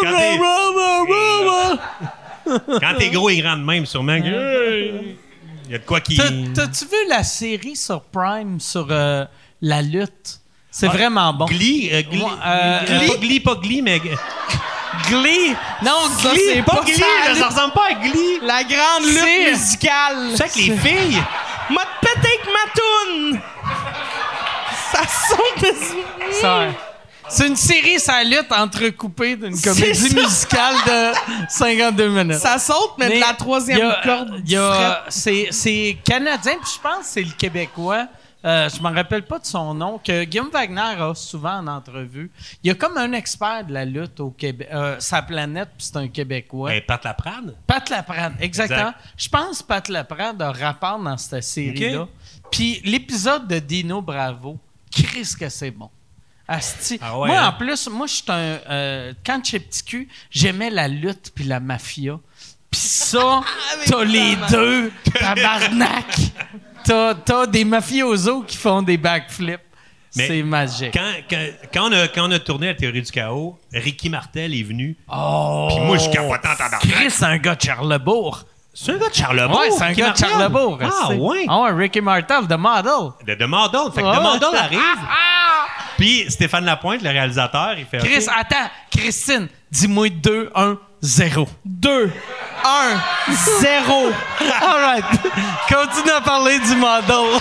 quand t'es gros et grand de même, sûrement, il y a de quoi qui... T'as-tu vu la série sur Prime sur la lutte? C'est vraiment bon. Glee? Pas Glee, mais... Glee? Non, ça, Glee, c'est pas Glee, ça ressemble pas à Glee. La grande lutte musicale. C'est avec les filles. M'a pété avec ma toune. Ça sonne... C'est une série sur la lutte entrecoupée d'une comédie musicale de 52 minutes. Ça saute, mais de la 3e corde. C'est canadien, puis je pense que c'est le Québécois. Je me rappelle pas de son nom, que Guillaume Wagner a souvent en entrevue. Il y a comme un expert de la lutte au Québec, sa planète, puis c'est un Québécois. Pat Laprade? Pat Laprade, exactement. Exact. Je pense que Pat Laprade a rapport dans cette série-là. Okay. Puis l'épisode de Dino Bravo, Christ que c'est bon. Asti. Ah ouais, moi, en plus, moi, je suis quand j'étais petit cul, j'aimais la lutte puis la mafia. Puis ça, t'as les deux, tabarnak. T'as des mafiosos qui font des backflips. Mais c'est magique. Quand on a tourné la théorie du chaos, Ricky Martel est venu. Oh! Puis moi, je capotais en tabarnak. Chris, c'est un gars de Charlebourg. C'est un gars de Charlebourg? Ouais, c'est un gars de Charlebourg. Ah, ouais? Ah ouais, Ricky Martel, The Model. The Model. Fait que The Model arrive. Puis Stéphane Lapointe, le réalisateur, il fait... Chris, attends. Christine, dis-moi 2, 1, 0. 2, 1, 0. All right. Continue à parler du Model.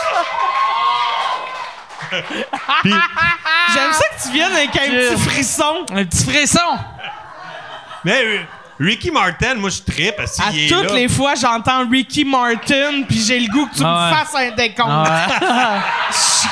Puis, j'aime ça que tu viennes avec un petit frisson. Un petit frisson. Mais... Ricky Martin, moi je trippe parce qu'il est là. Toutes les fois j'entends Ricky Martin puis j'ai le goût que tu me fasses un décompte. Je suis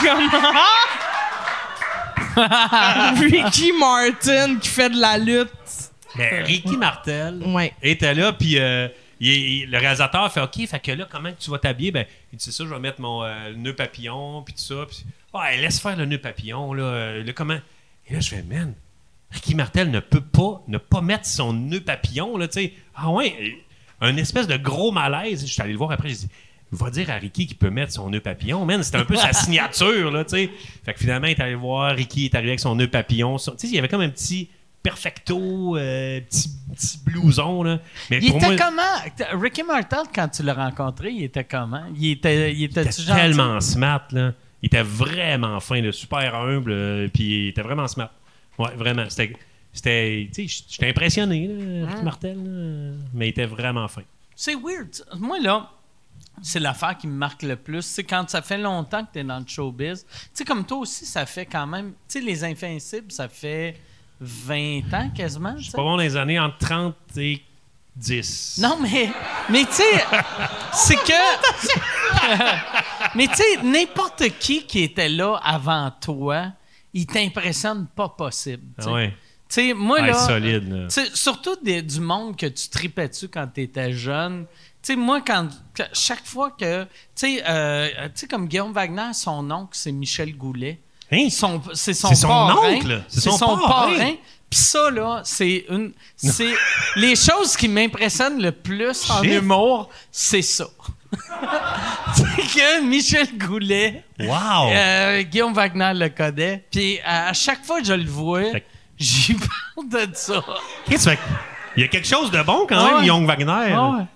comme Ricky Martin qui fait de la lutte. Mais Ricky Martel était là puis le réalisateur fait OK, fait que là comment tu vas t'habiller? Ben il dit c'est ça, je vais mettre mon nœud papillon puis tout ça. Puis, laisse faire le nœud papillon là, comment? Et là je fais man. Ricky Martel ne peut pas mettre son nœud papillon, là, tu sais. Ah ouais, un espèce de gros malaise. Je suis allé le voir après, j'ai dit, va dire à Ricky qu'il peut mettre son nœud papillon. Man, c'était un peu sa signature, là, tu sais. Fait que finalement, il est allé voir, Ricky est arrivé avec son nœud papillon. Tu sais, il y avait comme un petit perfecto, petit blouson, là. Mais il était comment? Ricky Martel, quand tu l'as rencontré, il était comment? Il était tellement smart, là. Il était vraiment fin, là, super humble, puis il était vraiment smart. Ouais, vraiment. C'était tu sais, j'étais impressionné, là, Ricky Martel, là, mais il était vraiment fin. C'est weird. Moi, là, c'est l'affaire qui me marque le plus. C'est quand ça fait longtemps que tu es dans le showbiz. Tu sais, comme toi aussi, ça fait quand même... Tu sais, Les Invincibles, ça fait 20 ans quasiment. C'est pas bon dans les années entre 30 et 10. Non, mais tu sais, c'est que... mais tu sais, n'importe qui était là avant toi, il t'impressionne pas possible. Ah ouais. Tu sais, moi, Ah, là... solide, là. Surtout du monde que tu tripais dessus quand tu étais jeune. Tu sais, moi, chaque fois que... Tu sais, comme Guillaume Wagner, son oncle, c'est Michel Goulet. Hein? C'est son parrain. oncle. C'est son parrain. Puis ça, là, c'est les choses qui m'impressionnent le plus en humour, c'est ça. C'est que Michel Goulet, Wow! Guillaume Wagner le connaît, puis à chaque fois que je le vois, j'y parle de ça. Qu'est-ce que tu fais? Il y a quelque chose de bon quand même, Ouais. Young Wagner. Ah ouais.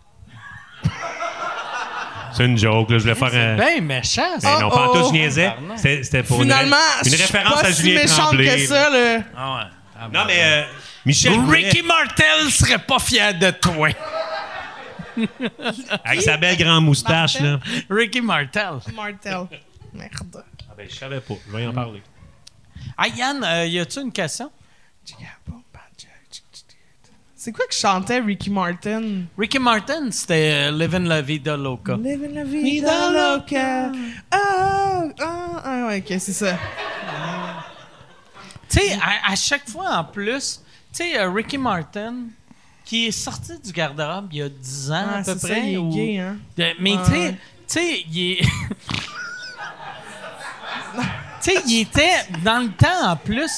C'est une joke, là. Je voulais faire un... Ben méchant, ça. Mais non, pas en tout, je niaisais. Pardon. C'était pour Finalement, une je suis référence pas à si Julien méchante Tremblay. que ça, là. Ah ouais. Ah Non, ben, mais Michel Ricky Goulet, Martel serait pas fier de toi. avec sa belle grande moustache, là. Ricky Martel. Martel. Merde. Ah ben, je savais pas. Je vais y en parler. Ah, Yann, y a-tu une question? C'est quoi que chantait Ricky Martin? Ricky Martin, c'était Livin' la Vida Loca. Living la vida loca. Ouais, ok, c'est ça. Tu sais, à chaque fois, en plus, tu sais, Ricky Martin, qui est sorti du garde-robe il y a 10 ans à peu c'est près. ça, il est gay, hein? Mais tu sais, il est... Tu sais, il était, dans le temps, en plus...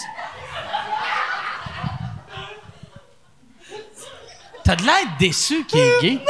T'as de l'air déçu qu'il est gay.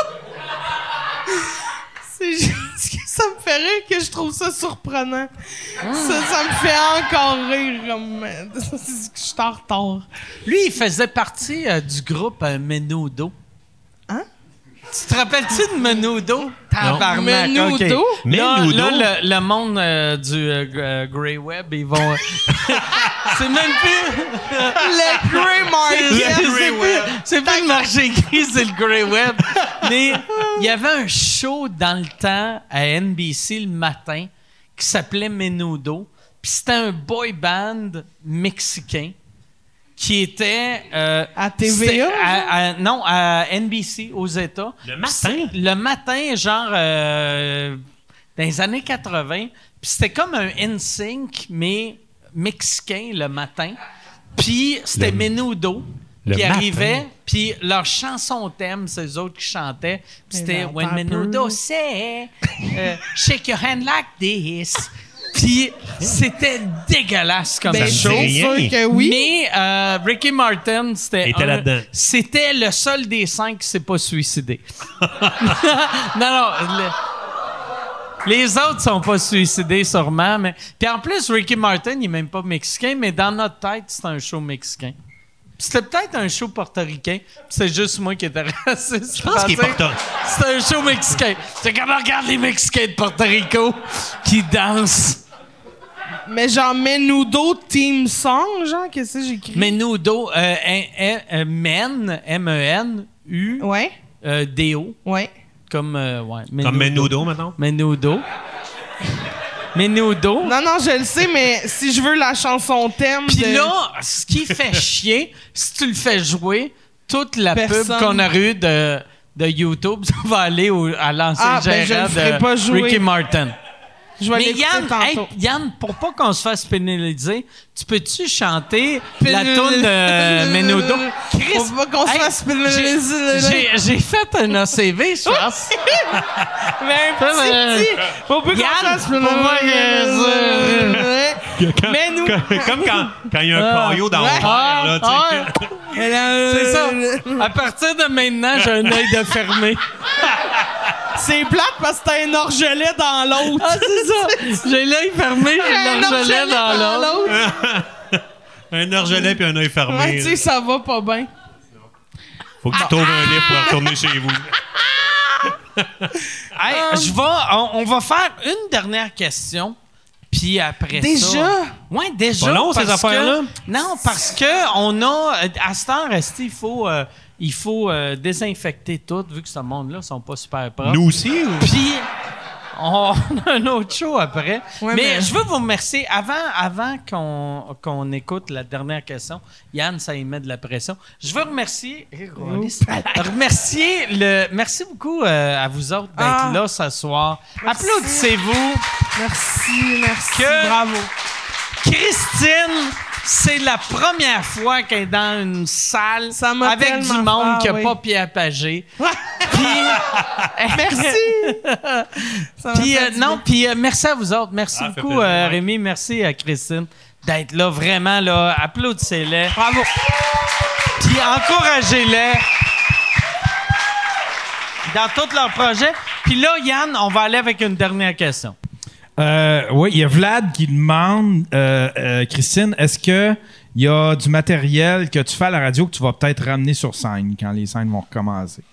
C'est juste que ça me fait rire que je trouve ça surprenant. Ça me fait encore rire. Comme... Je suis en retard. Lui, il faisait partie du groupe Menudo. Hein? Tu te rappelles-tu de Menudo? Tabarnak, Menudo? OK. Menudo? Là, le monde du Grey Web, ils vont... c'est même plus... Le Grey Market. C'est plus le marché gris, c'est le Grey Web. Mais il y avait un show dans le temps à NBC le matin qui s'appelait Menudo. Puis c'était un boy band mexicain qui était... À TVA? c'était non, à NBC aux États. Le matin? Le matin, genre dans les années 80. Puis c'était comme un NSYNC, mais mexicain le matin. Puis c'était Menudo le qui matin. arrivait. Puis leur chanson thème, c'est eux autres qui chantaient. Puis c'était ben, When pas Menudo peu. say, shake your hand like this. Puis c'était dégueulasse comme Ben, show. c'est sûr rien. que oui. Mais Ricky Martin, Il était là-dedans. c'était le seul des 5 qui s'est pas suicidé. non. Les autres sont pas suicidés sûrement, mais puis en plus Ricky Martin, il est même pas mexicain, mais dans notre tête, c'est un show mexicain. C'était peut-être un show portoricain, puis c'est juste moi qui étais raciste. Je pense qu'il est portoricain. C'était un show mexicain. C'est comme regarde les Mexicains de Porto Rico qui dansent. Mais genre Menudo Team Song, genre, qu'est-ce que j'écris? Menudo, Men, M-E-N-U, Ouais, D-O, ouais. comme Comme Menudo, maintenant. Menudo. Menudo. Non, je le sais, mais si je veux la chanson thème Puis de... là, ce qui fait chier, si tu le fais jouer, toute la Personne. pub qu'on a eue de YouTube, ça va aller à l'ancien ben, je gérant le ferai pas de jouer. Ricky Martin. Je vais Mais l'écouter tantôt. Yann, pour pas qu'on se fasse pénaliser, tu peux-tu chanter la toune de Menudo? Chris, Faut pas qu'on se fasse pénaliser. J'ai fait un ACV, je pense. Mais un petit. Faut pas qu'on Yann, se fasse pour moi, Mais nous... Comme quand il y a un caillot dans le verre, là, tu sais. C'est ça. À partir de maintenant, j'ai un œil de fermé. C'est plate parce que t'as un orgelet dans l'autre. Ah, c'est ça. J'ai l'œil fermé, j'ai l'orgelet dans l'autre. Un orgelet puis un œil fermé. Ouais, tu sais, ça va pas bien. Faut que tu trouves un livre pour retourner chez vous. Hey, on va faire une dernière question. Puis après Déjà? ça... Oui, déjà. Pas long, ces parce affaires-là? Non, parce que on a... À cette heure, il il faut désinfecter tout, vu que ce monde-là ne sont pas super propres. Nous aussi? Puis, on a un autre show après. Ouais, mais je veux vous remercier. Avant qu'on écoute la dernière question, Yann, ça y met de la pression. Je veux remercier... Merci beaucoup à vous autres d'être là ce soir. Merci. Applaudissez-vous. Merci. Bravo. Christine, c'est la première fois qu'elle est dans une salle avec du monde qui n'a pas Pierre Pagé. Merci. Merci à vous autres. Merci beaucoup, Rémi. Merci à Christine d'être là. Vraiment, là, applaudissez-les. Bravo. Puis encouragez-les dans tous leurs projets. Puis là, Yann, on va aller avec une dernière question. Oui, il y a Vlad qui demande, Christine, est-ce que il y a du matériel que tu fais à la radio que tu vas peut-être ramener sur scène quand les scènes vont recommencer?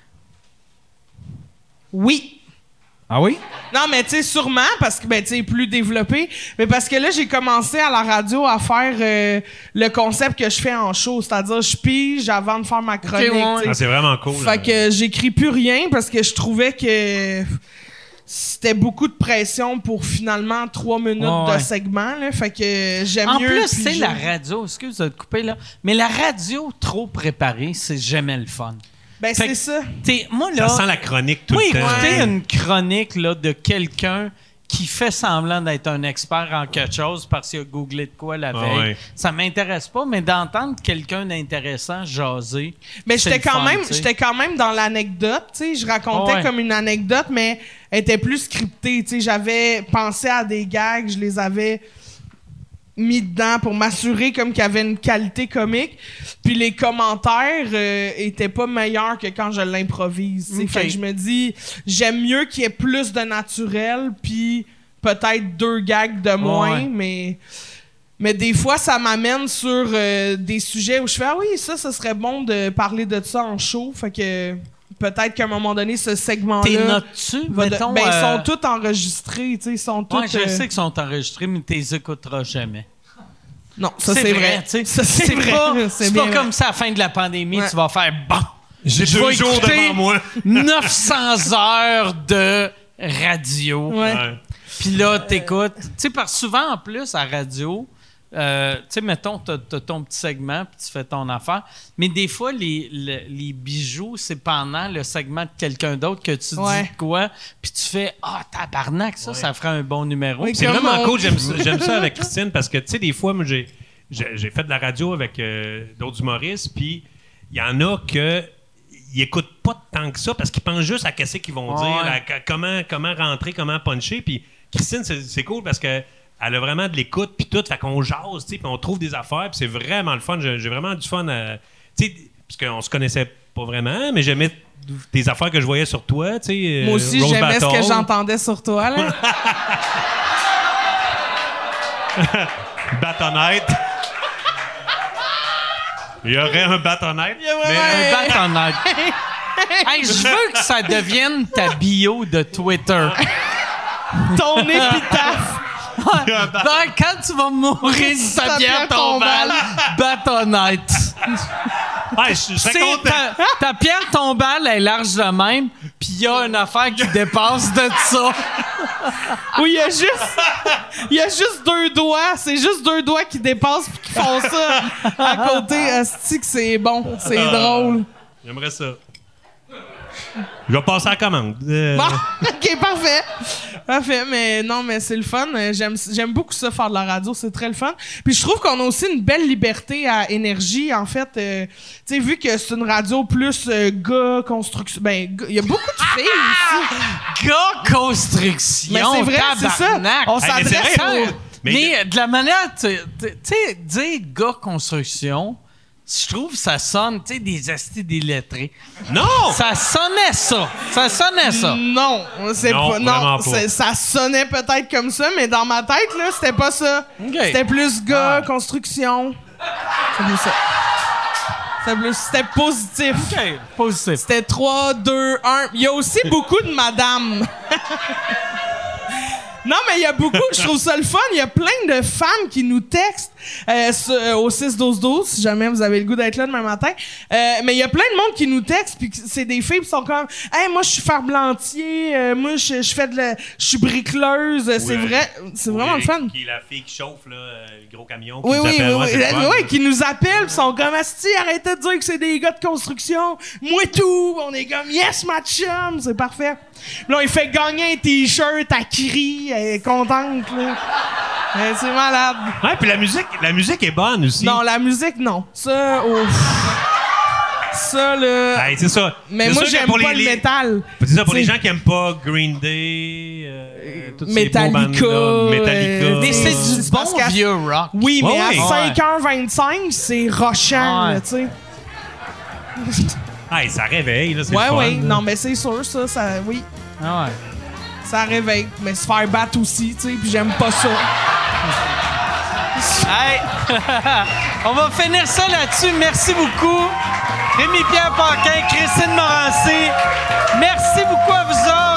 Oui. Ah oui? Non, mais tu sais, sûrement, parce que, tu sais, plus développé. Mais parce que là, j'ai commencé à la radio à faire le concept que je fais en show. C'est-à-dire, je pige avant de faire ma chronique. Okay, c'est vraiment cool. Fait que j'écris plus rien parce que je trouvais que c'était beaucoup de pression pour finalement 3 minutes de segment. Là. Fait que j'aime mieux. En plus, c'est la radio. Excuse de te couper là. Mais la radio trop préparée, c'est jamais le fun. Ben, c'est ça. Moi, là, ça sent la chronique tout le temps. Écouter une chronique là, de quelqu'un qui fait semblant d'être un expert en quelque chose parce qu'il a googlé de quoi la veille, ça m'intéresse pas, mais d'entendre quelqu'un d'intéressant jaser. Mais j'étais quand même dans l'anecdote. Je racontais comme une anecdote, mais elle était plus scriptée. J'avais pensé à des gags, je les avais mis dedans pour m'assurer comme qu'il y avait une qualité comique. Puis les commentaires étaient pas meilleurs que quand je l'improvise. Okay. Fait que je me dis, j'aime mieux qu'il y ait plus de naturel, puis peut-être 2 gags de moins, mais des fois, ça m'amène sur des sujets où je fais « Ah oui, ça serait bon de parler de ça en show. » Fait que peut-être qu'à un moment donné, ce segment-là... T'es notes-tu? Mettons, ils sont tous enregistrés. Ils sont tous... je sais qu'ils sont enregistrés, mais tu les écouteras jamais. Non, ça c'est vrai. C'est vrai. C'est pas comme ça à la fin de la pandémie, tu vas faire « Bon, j'ai 2 jours devant moi. » 900 heures de radio. Puis là, t'écoutes. Tu sais, parce que souvent, en plus, à radio... tu sais, mettons, t'as ton petit segment, puis tu fais ton affaire. Mais des fois, les bijoux, c'est pendant le segment de quelqu'un d'autre que tu dis quoi, puis tu fais « Ah, tabarnak, ça ferait un bon numéro. » C'est vraiment cool. J'aime ça avec Christine, parce que, tu sais, des fois, moi, j'ai fait de la radio avec d'autres humoristes, puis il y en a que ils écoutent pas tant que ça, parce qu'ils pensent juste à qu'est-ce qu'ils vont dire, comment rentrer, comment puncher. Puis Christine, c'est cool, parce que elle a vraiment de l'écoute, puis tout, fait qu'on jase, puis on trouve des affaires, puis c'est vraiment le fun. J'ai vraiment du fun à... Tu sais, parce qu'on se connaissait pas vraiment, mais j'aimais des affaires que je voyais sur toi, tu sais. Moi aussi, j'aimais ce que j'entendais sur toi, là. Bâtonnette. Il y aurait un bâtonnette. Un bâtonnette. Hey, je veux que ça devienne ta bio de Twitter. Ton épitaphe. Quand tu vas mourir de ta pierre tombale, bâtonnette. Je serais content. Ta pierre tombale est large de même, puis il y a une affaire qui dépasse de ça. Oui, il y a juste 2 doigts. C'est juste 2 doigts qui dépassent puis qui font ça à côté. Asti que c'est bon. C'est drôle. J'aimerais ça. Je vais passer à la commande. Bon, OK, parfait, mais non, mais c'est le fun. J'aime beaucoup ça, faire de la radio, c'est très le fun. Puis je trouve qu'on a aussi une belle liberté à Énergie, en fait. Tu sais, vu que c'est une radio plus gars, construction... Ben, il y a beaucoup de filles ici. Gars, construction, mais c'est vrai, c'est ça. On s'adresse mais de la manière... Tu sais, dire gars, construction... Je trouve que ça sonne, tu sais, des astis illettrés. Non! Ça sonnait ça. Non, c'est pas. Non, ça sonnait peut-être comme ça, mais dans ma tête, là, c'était pas ça. Okay. C'était plus gars, construction. C'est plus ça. C'était positif. OK, positif. C'était 3, 2, 1. Il y a aussi beaucoup de madame. Non, mais il y a beaucoup, je trouve ça le fun. Il y a plein de femmes qui nous textent au 6-12-12, si jamais vous avez le goût d'être là demain matin. Mais il y a plein de monde qui nous texte, puis c'est des filles qui sont comme « Hey, moi, je suis ferblantier, moi, je suis bricoleuse. » C'est vrai, c'est vraiment le fun. Qui est la fille qui chauffe, là, le gros camion. Oui, qui nous appellent, pis sont comme « Asti, arrêtez de dire que c'est des gars de construction. Moi, tout. » On est comme « Yes, ma chum. » C'est parfait. Là, il fait gagner un T-shirt, elle crie, elle est contente, là. C'est malade. Ouais, puis la musique est bonne aussi. Non, la musique, non. Ça, ça, là... Hey, c'est ça. Mais c'est moi, sûr j'aime que pas le métal. C'est ça, pour les gens qui aiment pas Green Day, toutes ces beaux Metallica. bandes-là, Metallica. Mais c'est du bon vieux rock. Oui, mais à Ouais. 5h25, c'est rochant, Ouais. là, tu sais. Hey, ça réveille, là, c'est Ouais, le fun. ouais. là. Non, mais c'est sûr, ça, oui. Ah ouais. Ça réveille. Mais se faire battre aussi, tu sais, puis j'aime pas ça. Hey! On va finir ça là-dessus. Merci beaucoup. Rémi-Pierre Paquin, Christine Morancy. Merci beaucoup à vous autres.